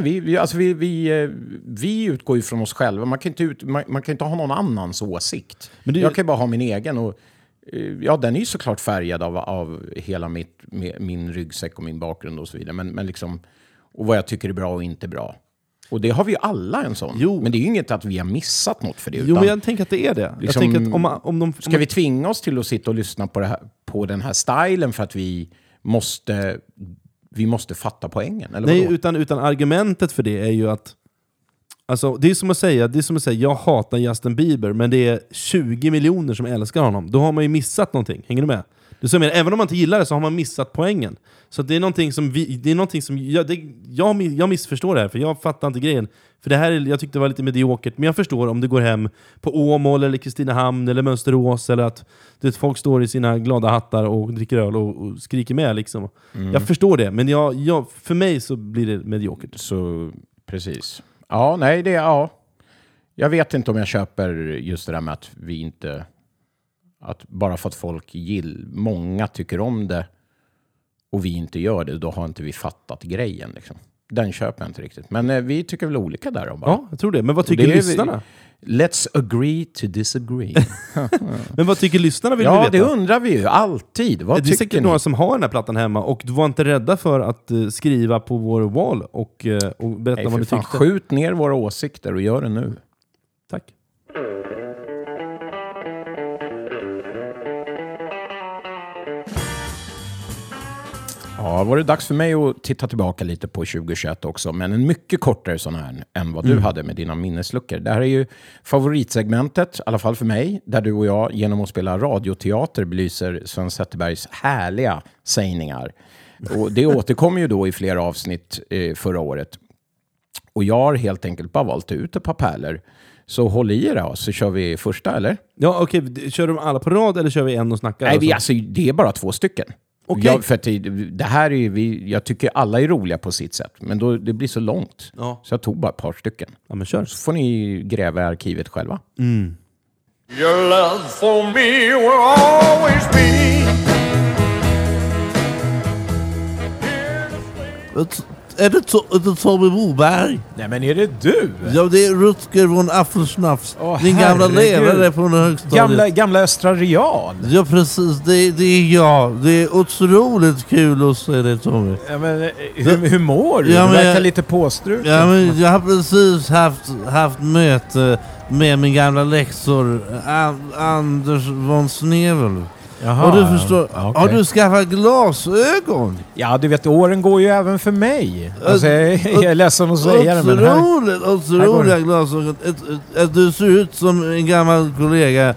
Vi utgår ju från oss själva. Man kan inte ha någon annans åsikt. Men jag kan ju bara ha min egen. Och, den är ju såklart färgad av hela min ryggsäck och min bakgrund och så vidare. Men liksom, och vad jag tycker är bra och inte bra. Och det har vi ju alla en sån. Jo. Men det är ju inget att vi har missat något för det. Jo, men jag tänker att det är det. Liksom, jag tänker att om ska vi tvinga oss till att sitta och lyssna på den här stilen för att vi måste fatta poängen? Eller nej, utan argumentet för det är ju att alltså, det är som att säga jag hatar Justin Bieber, men det är 20 miljoner som älskar honom. Då har man ju missat någonting. Hänger du med? Det som är, även om man inte gillar det så har man missat poängen. Så det är någonting som jag missförstår det här, för jag fattar inte grejen. För det här jag tyckte det var lite mediokert, men jag förstår om du går hem på Åmål eller Kristinehamn eller Mönsterås, eller att folk står i sina glada hattar och dricker öl och skriker med liksom. Jag förstår det, men för mig så blir det mediokert. Så precis. Ja, nej, jag vet inte om jag köper just det där med att vi inte, att bara för att många tycker om det och vi inte gör det, då har inte vi fattat grejen liksom. Den köper jag inte riktigt. Men vi tycker väl olika där om. Ja, jag tror det. Men vad tycker lyssnarna? Let's agree to disagree. Men vad tycker lyssnarna, vill vi veta? Ja, det undrar vi ju alltid. Vad det är säkert några som har den här plattan hemma och du var inte rädda för att skriva på vår wall och berätta vad du tyckte. Skjut ner våra åsikter och gör det nu. Tack. Ja, var det dags för mig att titta tillbaka lite på 2021 också. Men en mycket kortare sån här än vad du hade med dina minnesluckor. Det här är ju favoritsegmentet, i alla fall för mig. Där du och jag genom att spela radioteater belyser Sven Zetterbergs härliga sägningar. Och det återkommer ju då i flera avsnitt förra året. Och jag har helt enkelt bara valt ut ett par pärlor. Så håll i er då, så kör vi första, eller? Ja, okej. Kör de alla på rad eller kör vi en och snackar? Nej, det är bara 2 stycken. Okay. För det här är jag tycker alla är roliga på sitt sätt, men då, det blir så långt. Ja. Så jag tog bara ett par stycken. Ja, men kör. Så får ni gräva i arkivet själva. Your love for me will always be. Är det Tommy Boberg? Nej, men är det du? Ja, det är Rutger von Affelsnafs. Din gamla lärare från högstadiet. Gamla Östra Real. Ja, precis. Det är jag. Det är otroligt kul att se det, Tommy. Ja, men hur mår du? Ja, du verkar lite påstruken. Ja, men jag har precis haft möte med min gamla lektor Anders von Snevel. Jaha, och du förstår, okay. Har du skaffat glasögon? Ja, du vet, åren går ju även för mig. Alltså, jag är ledsen att säga det, men otroliga glasögon. Du ser ut som en gammal kollega.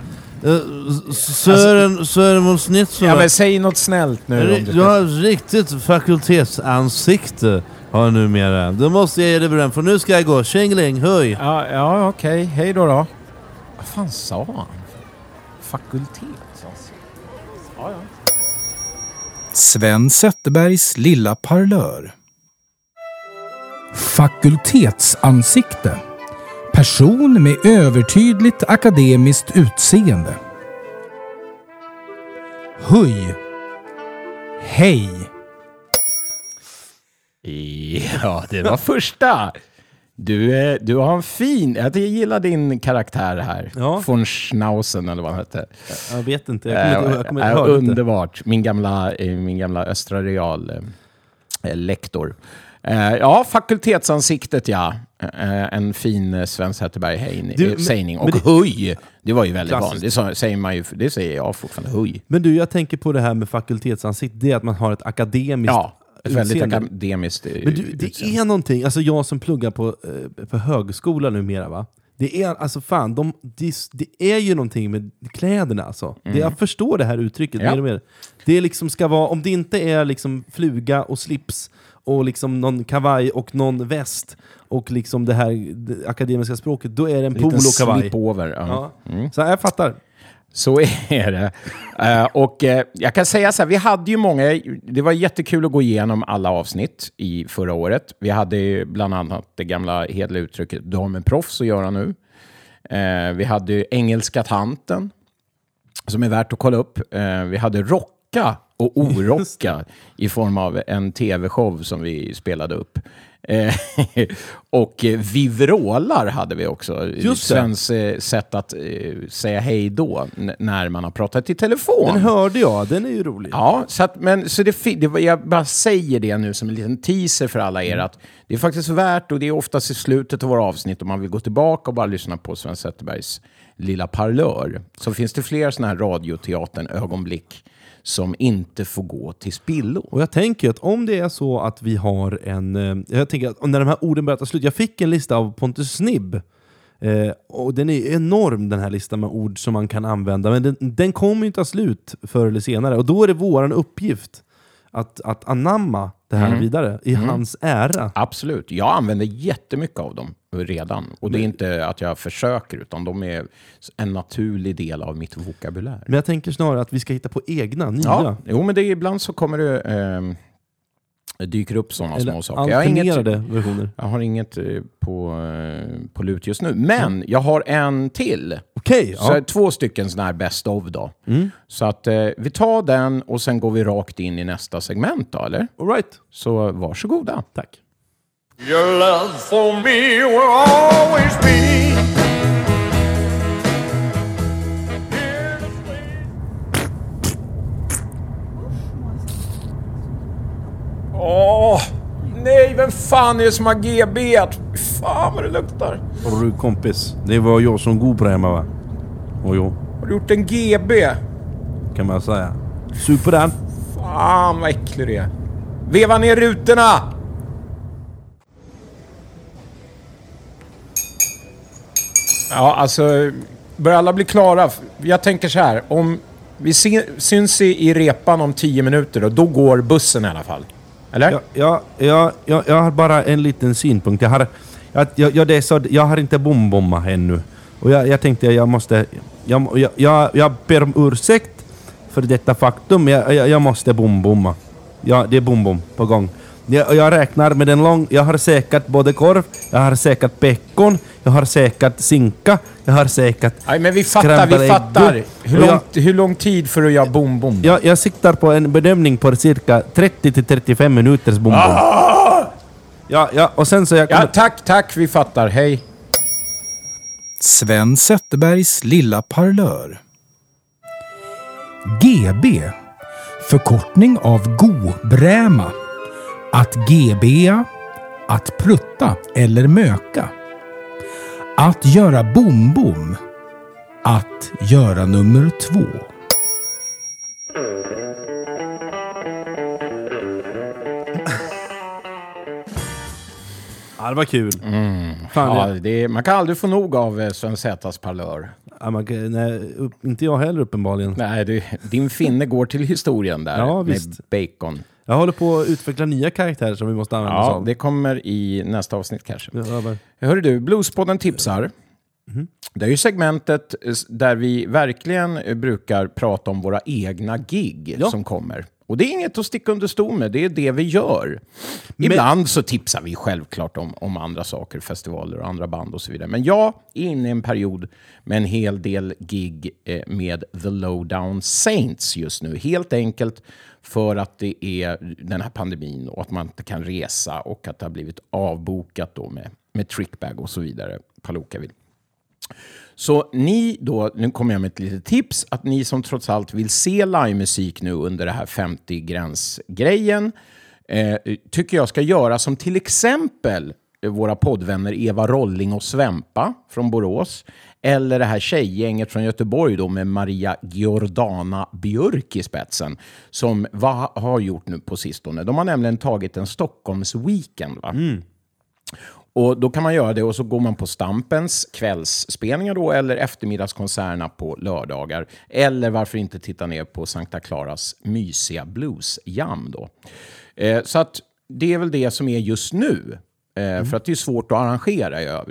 Sören von Snitzel. Ja, men säg något snällt nu. Du har riktigt fakultetsansikte har numera. Då måste jag ge dig beröm, för nu ska jag gå. Tjängeling, höj. Ja, okej. Hej då. Vad fan sa han? Fakultet. Ja. Sven Zetterbergs lilla parlör. Fakultetsansikte. Person med övertydligt akademiskt utseende. Höj. Hej. Ja, det var första. Du har en fin... Jag gillar din karaktär här. Ja. Von Schnauzen eller vad han heter. Jag vet inte. Jag kommer inte underbart. Min gamla Östra Real lektor. Ja, fakultetsansiktet, ja. En fin Sven Zetterberg-sägning. Och höj, det var ju väldigt vanligt. Det säger jag fortfarande, höj. Men du, jag tänker på det här med fakultetsansikte. Det är att man har ett akademiskt... Ja. Väldigt akademiskt. Men det är någonting, alltså jag som pluggar på högskola numera, va? Det är alltså fan, det är ju någonting med kläderna alltså. Jag förstår det här uttrycket mer och mer. Det liksom ska vara, om det inte är liksom fluga och slips och liksom någon kavaj och någon väst och liksom det här akademiska språket, då är det en polo-kavaj. Slip-over. Ja. Så jag fattar. Så är det. Och jag kan säga så här, vi hade ju många, det var jättekul att gå igenom alla avsnitt i förra året. Vi hade ju bland annat det gamla hedliga uttrycket "du har med proffs att göra nu". Vi hade ju engelska tanten, som är värt att kolla upp. Vi hade rocka och orocka i form av en tv-show som vi spelade upp. Och vivrålar hade vi också. Just Svens sätt att säga hej då när man har pratat i telefon. Den hörde jag, den är ju rolig. Ja, jag bara säger det nu som en liten teaser för alla er att det är faktiskt värt, och det är oftast i slutet av våra avsnitt om man vill gå tillbaka och bara lyssna på Sven Zetterbergs lilla parlör. Så finns det fler sådana här radioteatern-ögonblick som inte får gå till spillo. Och jag tänker att om det är så att vi har jag tänker att när de här orden börjar ta slut, jag fick en lista av Pontus Snibb, och den är enorm, den här listan med ord som man kan använda, men den kommer inte ta slut förr eller senare, och då är det våran uppgift att anamma det här vidare i hans ära. Absolut, jag använder jättemycket av dem redan, och det är inte att jag försöker, utan de är en naturlig del av mitt vokabulär. Men jag tänker snarare att vi ska hitta på egna, nya. Ja, jo, men ibland så kommer det dyker upp sådana små saker. Versioner. Jag har inget på lut just nu, men jag har en till. Okej, så 2 stycken sådana här best of då. Så att vi tar den och sen går vi rakt in i nästa segment då, eller? All right. Så varsågoda. Tack. Your love for me will always be. Nej, vem fan är det som har GB? Fan vad det luktar. Och du kompis, det var jag som god på det hemma, va? Och jo. Har du gjort en GB? Kan man säga. Super den. Fan vad äcklig det är. Veva ner rutorna! Ja, alltså, börjar alla bli klara? Jag tänker så här, om vi syns i repan om 10 minuter, då går bussen i alla fall. Eller? Jag har bara en liten synpunkt. Jag har inte bombomma ännu. Och jag tänkte jag måste... Jag ber om ursäkt för detta faktum. Jag måste bombomma. Ja, det är bombom på gång. Jag räknar med en lång... Jag har säkert både korv, jag har säkert bacon, jag har säkert sinka, jag har säkert... Nej, men vi fattar. Hur lång tid för att göra bombom? Jag siktar på en bedömning på cirka 30-35 minuters bombom. Ja, och sen så jag... Ja, tack, vi fattar. Hej. Sven Zetterbergs lilla parlör. GB. Förkortning av go-bräma. Att GBa, att prutta eller möka. Att göra bombom. Att göra nummer 2. Ja, det var kul. Fan, ja, man kan aldrig få nog av Sven Z:s parlör. Ja, nej, inte jag heller uppenbarligen. Nej, din finne går till historien där, ja, med visst. Bacon. Jag håller på att utveckla nya karaktärer som vi måste använda oss av. Det kommer i nästa avsnitt kanske. Hörru du, Bluespodden tipsar. Det är ju segmentet där vi verkligen brukar prata om våra egna gig som kommer. Och det är inget att sticka under stol med, det är det vi gör. Ibland så tipsar vi självklart om andra saker, festivaler och andra band och så vidare. Men jag är inne i en period med en hel del gig med The Lowdown Saints just nu. Helt enkelt för att det är den här pandemin och att man inte kan resa och att det har blivit avbokat då med Trickbag och så vidare. Palookaville. Så ni då, nu kommer jag med ett litet tips, att ni som trots allt vill se livemusik nu under det här 50-gräns-grejen tycker jag ska göra som till exempel våra poddvänner Eva Rolling och Svempa från Borås, eller det här tjejgänget från Göteborg då med Maria Giordana Björk i spetsen, som har gjort nu på sistone. De har nämligen tagit en Stockholms weekend, va? Och då kan man göra det och så går man på Stampens kvällsspelningar då, eller eftermiddagskonserterna på lördagar. Eller varför inte titta ner på Sankta Claras mysiga bluesjam då. Så att det är väl det som är just nu. För att det är svårt att arrangera i övrigt.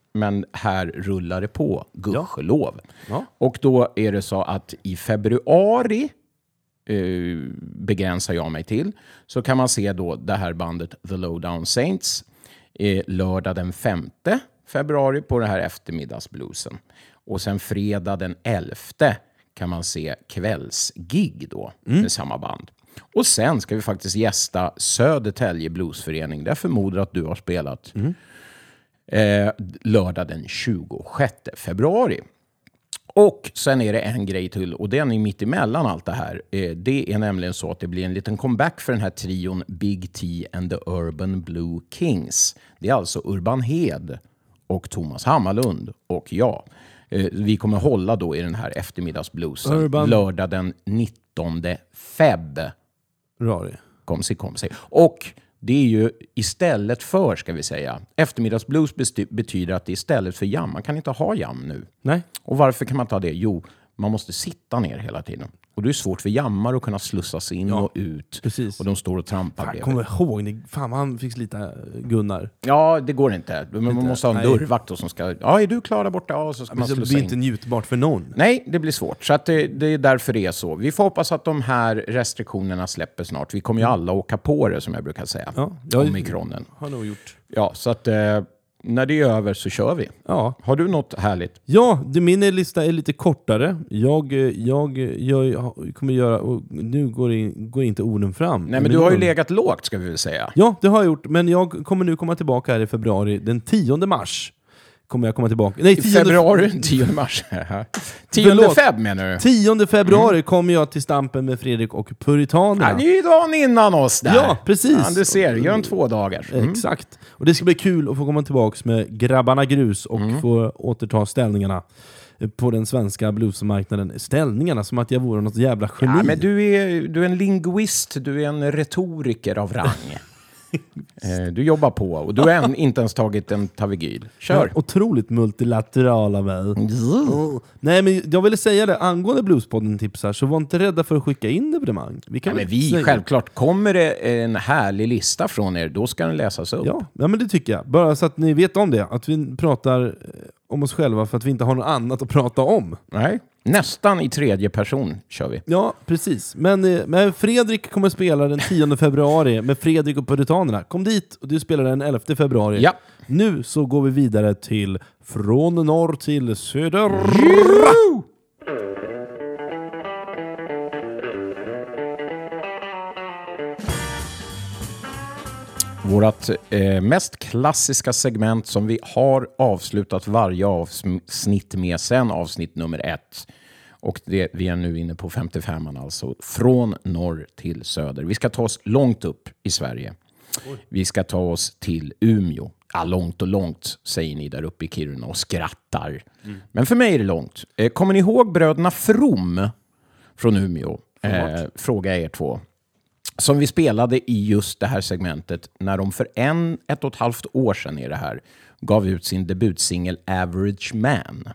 Men här rullar det på, gudskelov. Ja. Och då är det så att i februari begränsar jag mig till, så kan man se då det här bandet The Lowdown Saints lördag den 5 februari på det här eftermiddagsbluesen. Och sen fredag den 11 kan man se kvällsgig då med samma band. Och sen ska vi faktiskt gästa Södertälje Bluesförening. Där förmodar att du har spelat lördag den 26 februari. Och sen är det en grej till, och den är mitt emellan allt det här. Det är nämligen så att det blir en liten comeback för den här trion Big T and the Urban Blue Kings. Det är alltså Urban Hed och Thomas Hammarlund och jag. Vi kommer hålla då i den här eftermiddagsbluesen lördag den 19 feb. Kom sig. Och det är ju istället för, ska vi säga, eftermiddagsblues betyder att det är istället för jam. Man kan inte ha jam nu. Nej. Och varför kan man ta det? Jo, man måste sitta ner hela tiden. Och det är svårt för jammar att kunna slussas in och ut. Precis. Och de står och trampar. Jag kommer ihåg, han fick slita Gunnar. Ja, det går inte. Men man måste ha en dörrvakt som ska... Ja, är du klar där borta? Ja, så ska man slussa in. Det blir inte njutbart för någon. Nej, det blir svårt. Så att det är därför det är så. Vi får hoppas att de här restriktionerna släpper snart. Vi kommer ju alla åka på det, som jag brukar säga. Ja, omikronen. Har nog gjort. Ja, så att... när det är över så kör vi. Ja. Har du något härligt? Ja, min lista är lite kortare. Jag kommer göra... Och nu går inte orden fram. Nej, men du har ju legat lågt, ska vi väl säga. Ja, det har jag gjort. Men jag kommer nu komma tillbaka här i februari. Den 10 mars kommer jag komma tillbaka. Nej, februari, 10 mars. 10 feb menar du? 10 februari kommer jag till Stampen med Fredrik och Puritanerna. Ja, det är ju dagen innan oss där. Ja, precis. Ja, du ser, gör en 2 dagar. Exakt. Och det ska bli kul att få komma tillbaka med Grabbarna Grus och få återta ställningarna på den svenska bluesmarknaden. Ställningarna som att jag vore något jävla geni. Ja, men du är en linguist, du är en retoriker av rang. Du jobbar på och du har inte ens tagit en Tavigyl. Kör. Ja, otroligt multilateral av mig. Nej, men jag ville säga det angående Bluespodden tipsar, så var inte rädda för att skicka in evenemang. Självklart kommer det en härlig lista från er, då ska den läsas upp. Ja, men det tycker jag. Bara så att ni vet om det. Att vi pratar om oss själva för att vi inte har något annat att prata om. Nej. Nästan i tredje person kör vi. Ja, precis. Men Fredrik kommer spela den 10 februari med Fredrik och Puritanerna. Kom dit och du spelar den 11 februari. Ja. Nu så går vi vidare till Från norr till söder. Vårt mest klassiska segment som vi har avslutat varje avsnitt med sen avsnitt nummer 1. Och vi är nu inne på 55, alltså från norr till söder. Vi ska ta oss långt upp i Sverige. Vi ska ta oss till Umeå. Ja, långt och långt, säger ni där uppe i Kiruna och skrattar. Men för mig är det långt. Kommer ni ihåg bröderna From från Umeå? Fråga er två. Som vi spelade i just det här segmentet när de för 1,5 år sedan i det här gav ut sin debutsingel Average Man.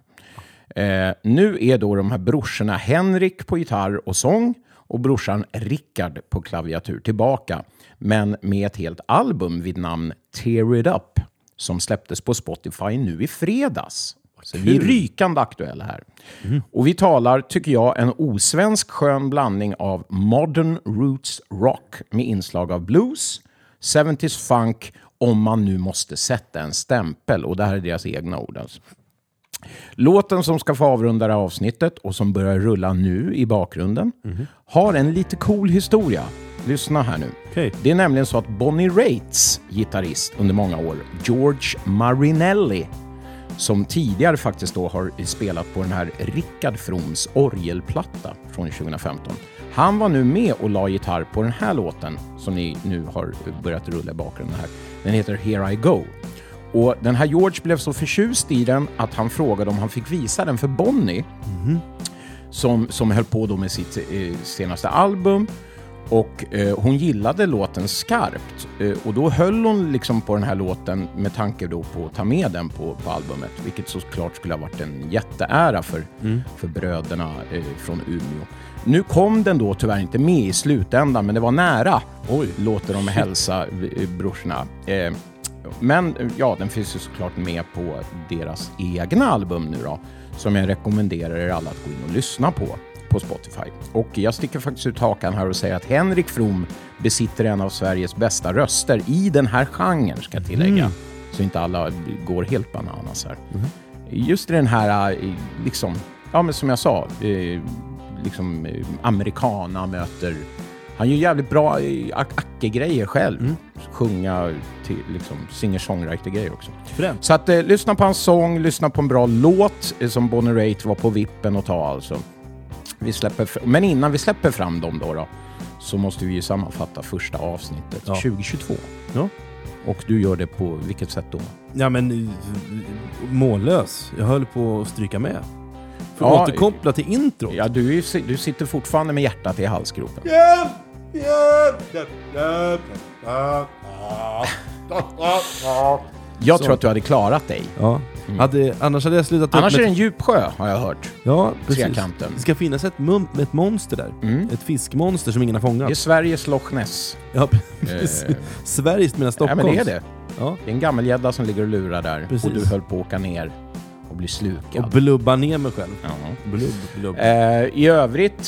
Nu är då de här brorsorna Henrik på gitarr och sång och brorsan Rickard på klaviatur tillbaka, men med ett helt album vid namn Tear It Up som släpptes på Spotify nu i fredags. Så vi är rykande aktuella här. Och vi talar, tycker jag, en osvensk skön blandning av modern roots rock med inslag av blues, 70s funk, om man nu måste sätta en stämpel. Och det här är deras egna ord alltså. Låten som ska få avrunda det här avsnittet och som börjar rulla nu i bakgrunden har en lite cool historia. Lyssna här nu. Okay. Det är nämligen så att Bonnie Raitt's gitarrist under många år, George Marinelli, som tidigare faktiskt då har spelat på den här Rickard Froms orgelplatta från 2015. Han var nu med och la gitarr på den här låten som ni nu har börjat rulla i bakgrunden här. Den heter Here I Go. Och den här George blev så förtjust i den att han frågade om han fick visa den för Bonnie som höll på då med sitt senaste album. Och hon gillade låten skarpt. Och då höll hon liksom på den här låten med tanke då på att ta med den på albumet. Vilket såklart skulle ha varit en jätteära för bröderna från Umeå. Nu kom den då tyvärr inte med i slutändan, men det var nära. Låter de hälsa brorsorna. Men ja, den finns ju såklart med på deras egna album nu då, som jag rekommenderar er alla att gå in och lyssna på Spotify. Och jag sticker faktiskt ut hakan här och säger att Henrik From besitter en av Sveriges bästa röster i den här genren, ska jag tillägga. Så inte alla går helt bananas här. Just i den här, liksom, ja men som jag sa, liksom americana möter. Han gör jävligt bra acke-grejer själv. Sjunga till liksom singer-songwriter-grejer också. Främt. Så att lyssna på hans sång, lyssna på en bra låt som Bonnie Raitt var på vippen att ta alltså. Men innan vi släpper fram dem då så måste vi ju sammanfatta första avsnittet 2022. Ja. Och du gör det på vilket sätt då? Ja men mållös. Jag höll på att stryka med. För att återkoppla till intro. Ja, du sitter fortfarande med hjärtat i halsgropen. Jag tror att du hade klarat dig. Ja. Annars hade jag slutat Annars är det en djup sjö, har jag hört. Ja, precis. Trekanten. Det ska finnas ett monster där. Ett fiskmonster som ingen har fångat. Det är Sveriges Loch Ness. Ja, precis. Sveriges menar Stockholms. Ja, men det är det. Ja. Det är en gammelgädda som ligger och lurar där. Precis. Och du höll på att åka ner och bli slukad. Och blubba ner mig själv. Ja. Blubb. I övrigt,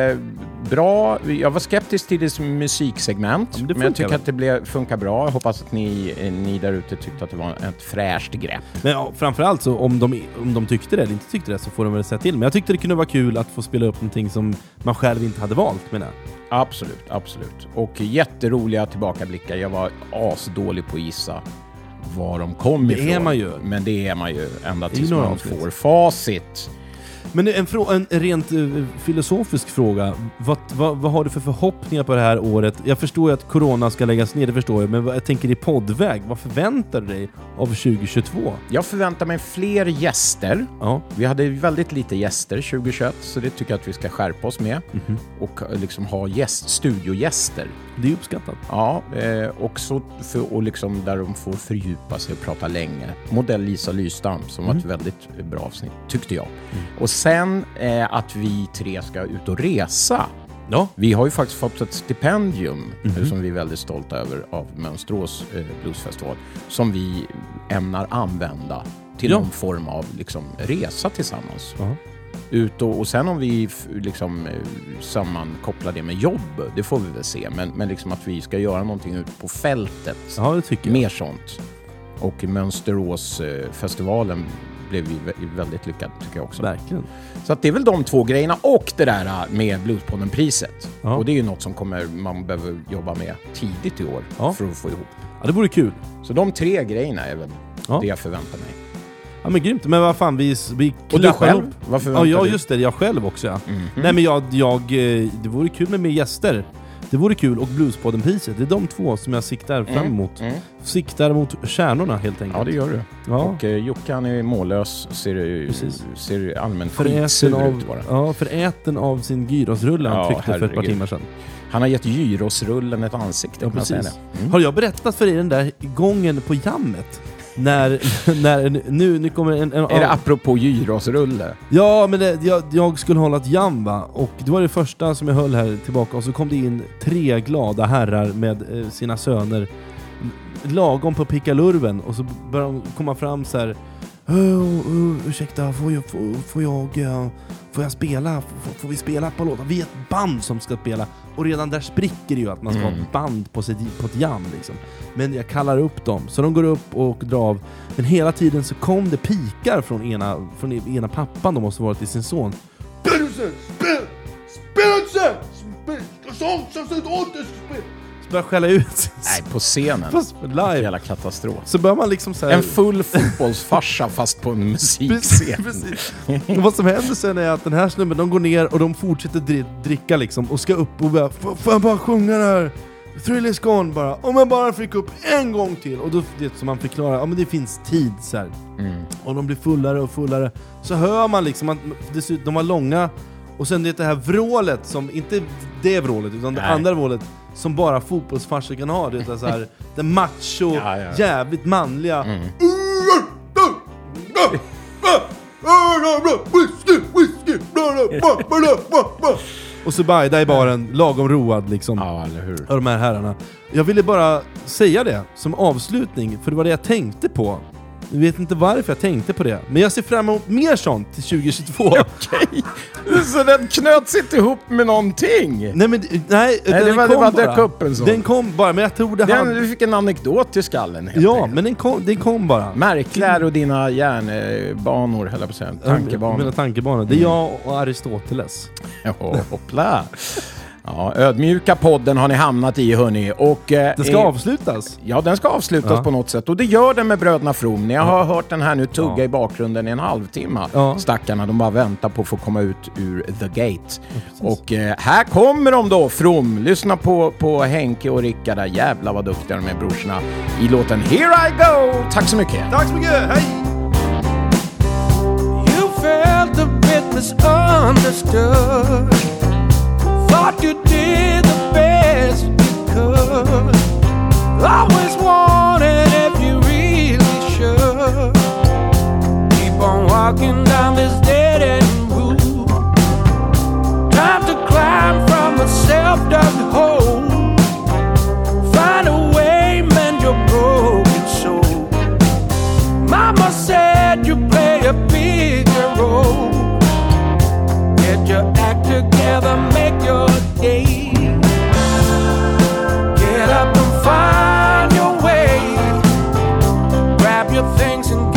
bra. Jag var skeptisk till det musiksegment. Men jag tycker att det funkar bra. Jag hoppas att ni där ute tyckte att det var ett fräscht grepp. Men ja, framförallt så om de tyckte det eller inte tyckte det så får de väl säga till. Men jag tyckte det kunde vara kul att få spela upp någonting som man själv inte hade valt, menar jag. Absolut. Och jätteroliga tillbakablickar. Jag var asdålig på att gissa var de kom ifrån. Det är man ju. Men det är man ju ända tills man får facit. Men en rent filosofisk fråga. Vad har du för förhoppningar på det här året? Jag förstår ju att corona ska läggas ner, det förstår jag. Men jag tänker i poddväg. Vad förväntar du dig av 2022? Jag förväntar mig fler gäster. Ja. Vi hade väldigt lite gäster 2021. Så det tycker jag att vi ska skärpa oss med. Mm-hmm. Och liksom ha studiogäster. Det är uppskattat. Ja, också och liksom där de får fördjupa sig och prata länge. Modell Lisa Lystam som var ett väldigt bra avsnitt, tyckte jag. Och sen att vi 3 ska ut och resa. Ja. Vi har ju faktiskt fått ett stipendium som vi är väldigt stolta över av Mönsterås bluesfestival som vi ämnar använda till någon form av liksom resa tillsammans. Ut och sen om vi liksom sammankopplar det med jobb, det får vi väl se. Men liksom att vi ska göra någonting ut på fältet. Ja, det tycker jag. Mer sånt. Och Mönsterås festivalen blev väldigt lyckad, tycker jag också. Verkligen. Så att det är väl de 2 grejerna och det där med Bluespodden-priset. Ja. Och det är ju något som man behöver jobba med tidigt i år för att få ihop. Ja, det vore kul. Så de 3 grejerna är väl det jag förväntar mig. Ja, men grymt. Men vad fan, vi och du själv? Varför väntar du? Ja, just det. Jag själv också, ja. Nej, men det vore kul med mer gäster. Det vore kul. Och Bluespodden-priset. Det är de 2 som jag siktar fram emot. Siktar mot stjärnorna, helt enkelt. Ja, det gör du. Ja. Och Jocke, han är mållös. Ser allmänt skitsur ut bara. Ja, föräten av sin gyrosrulle han tryckte för ett par timmar sedan. Han har gett gyrosrullen ett ansikte. Ja, precis. Har jag berättat för er den där gången på jammet? Nu kommer en är det apropå gyrosrulle? Ja, men jag skulle hålla ett jam, va? Och det var det första som jag höll här tillbaka. Och så kom det in 3 glada herrar med sina söner lagom på pickalurven. Och så började de komma fram så här: ursäkta, får jag spela? Får vi spela på låten? Vi är ett band som ska spela. Och redan där spricker det ju att man ska ha ett band på ett jam liksom. Men jag kallar upp dem. Så de går upp och drar av. Men hela tiden så kom det pikar från ena pappan. De måste ha varit till sin son. Spela börjar skälla ut. Nej, på scenen. Fast live. Jävla katastrof. Så börjar man liksom så här... En full fotbollsfarsa fast på en musikscen. Precis. Och vad som händer sen är att den här snubben, de går ner och de fortsätter dricka liksom och ska upp och bara, får jag bara sjunga det här? Thrill is gone bara. Om man bara fick upp en gång till. Och då det som man förklarar, ja men det finns tid så här. Och de blir fullare och fullare. Så hör man liksom att de var långa. Och sen det här vrålet som, inte det vrålet utan det andra vrålet som bara fotbollsfarsor kan ha. Det är så här, det macho, jävligt manliga. Och Zubaida i baren, lagom road liksom. Ja, eller hur? Av de här herrarna. Jag ville bara säga det som avslutning, för det var det jag tänkte på. Jag vet inte varför jag tänkte på det, men jag ser fram emot mer sånt till 2022. Okej. Så den knöts inte ihop med någonting? Nej, det var dök upp en sån. Den kom bara, men jag tror du fick en anekdot i skallen. Ja, men den kom bara. Märkligare och dina hjärnbanor, höll jag på att säga. Tankebanor. Mina tankebanor. Det är jag och Aristoteles. Hoppla. Ja, ödmjuka podden har ni hamnat i, hörni. Och, det ska avslutas. Ja, den ska avslutas på något sätt. Och det gör den med Bröderna From. Ni har hört den här nu tugga i bakgrunden i en halvtimme. Ja. Stackarna, de bara väntar på att få komma ut ur The Gate. Och här kommer de då, From. Lyssna på Henke och Rickard där. Jävlar vad duktiga de är, brorsorna. I låten Here I Go. Tack så mycket. Tack så mycket, hej! You felt a bit misunderstood. Thought you did the best you could. Always wanted if you really should. Keep on walking down this dead end road. Time to climb from a self-dug hole. Find a way, mend your broken soul. Mama said you play a bigger role. Get your act together, make your day. Get up and find your way. Grab your things and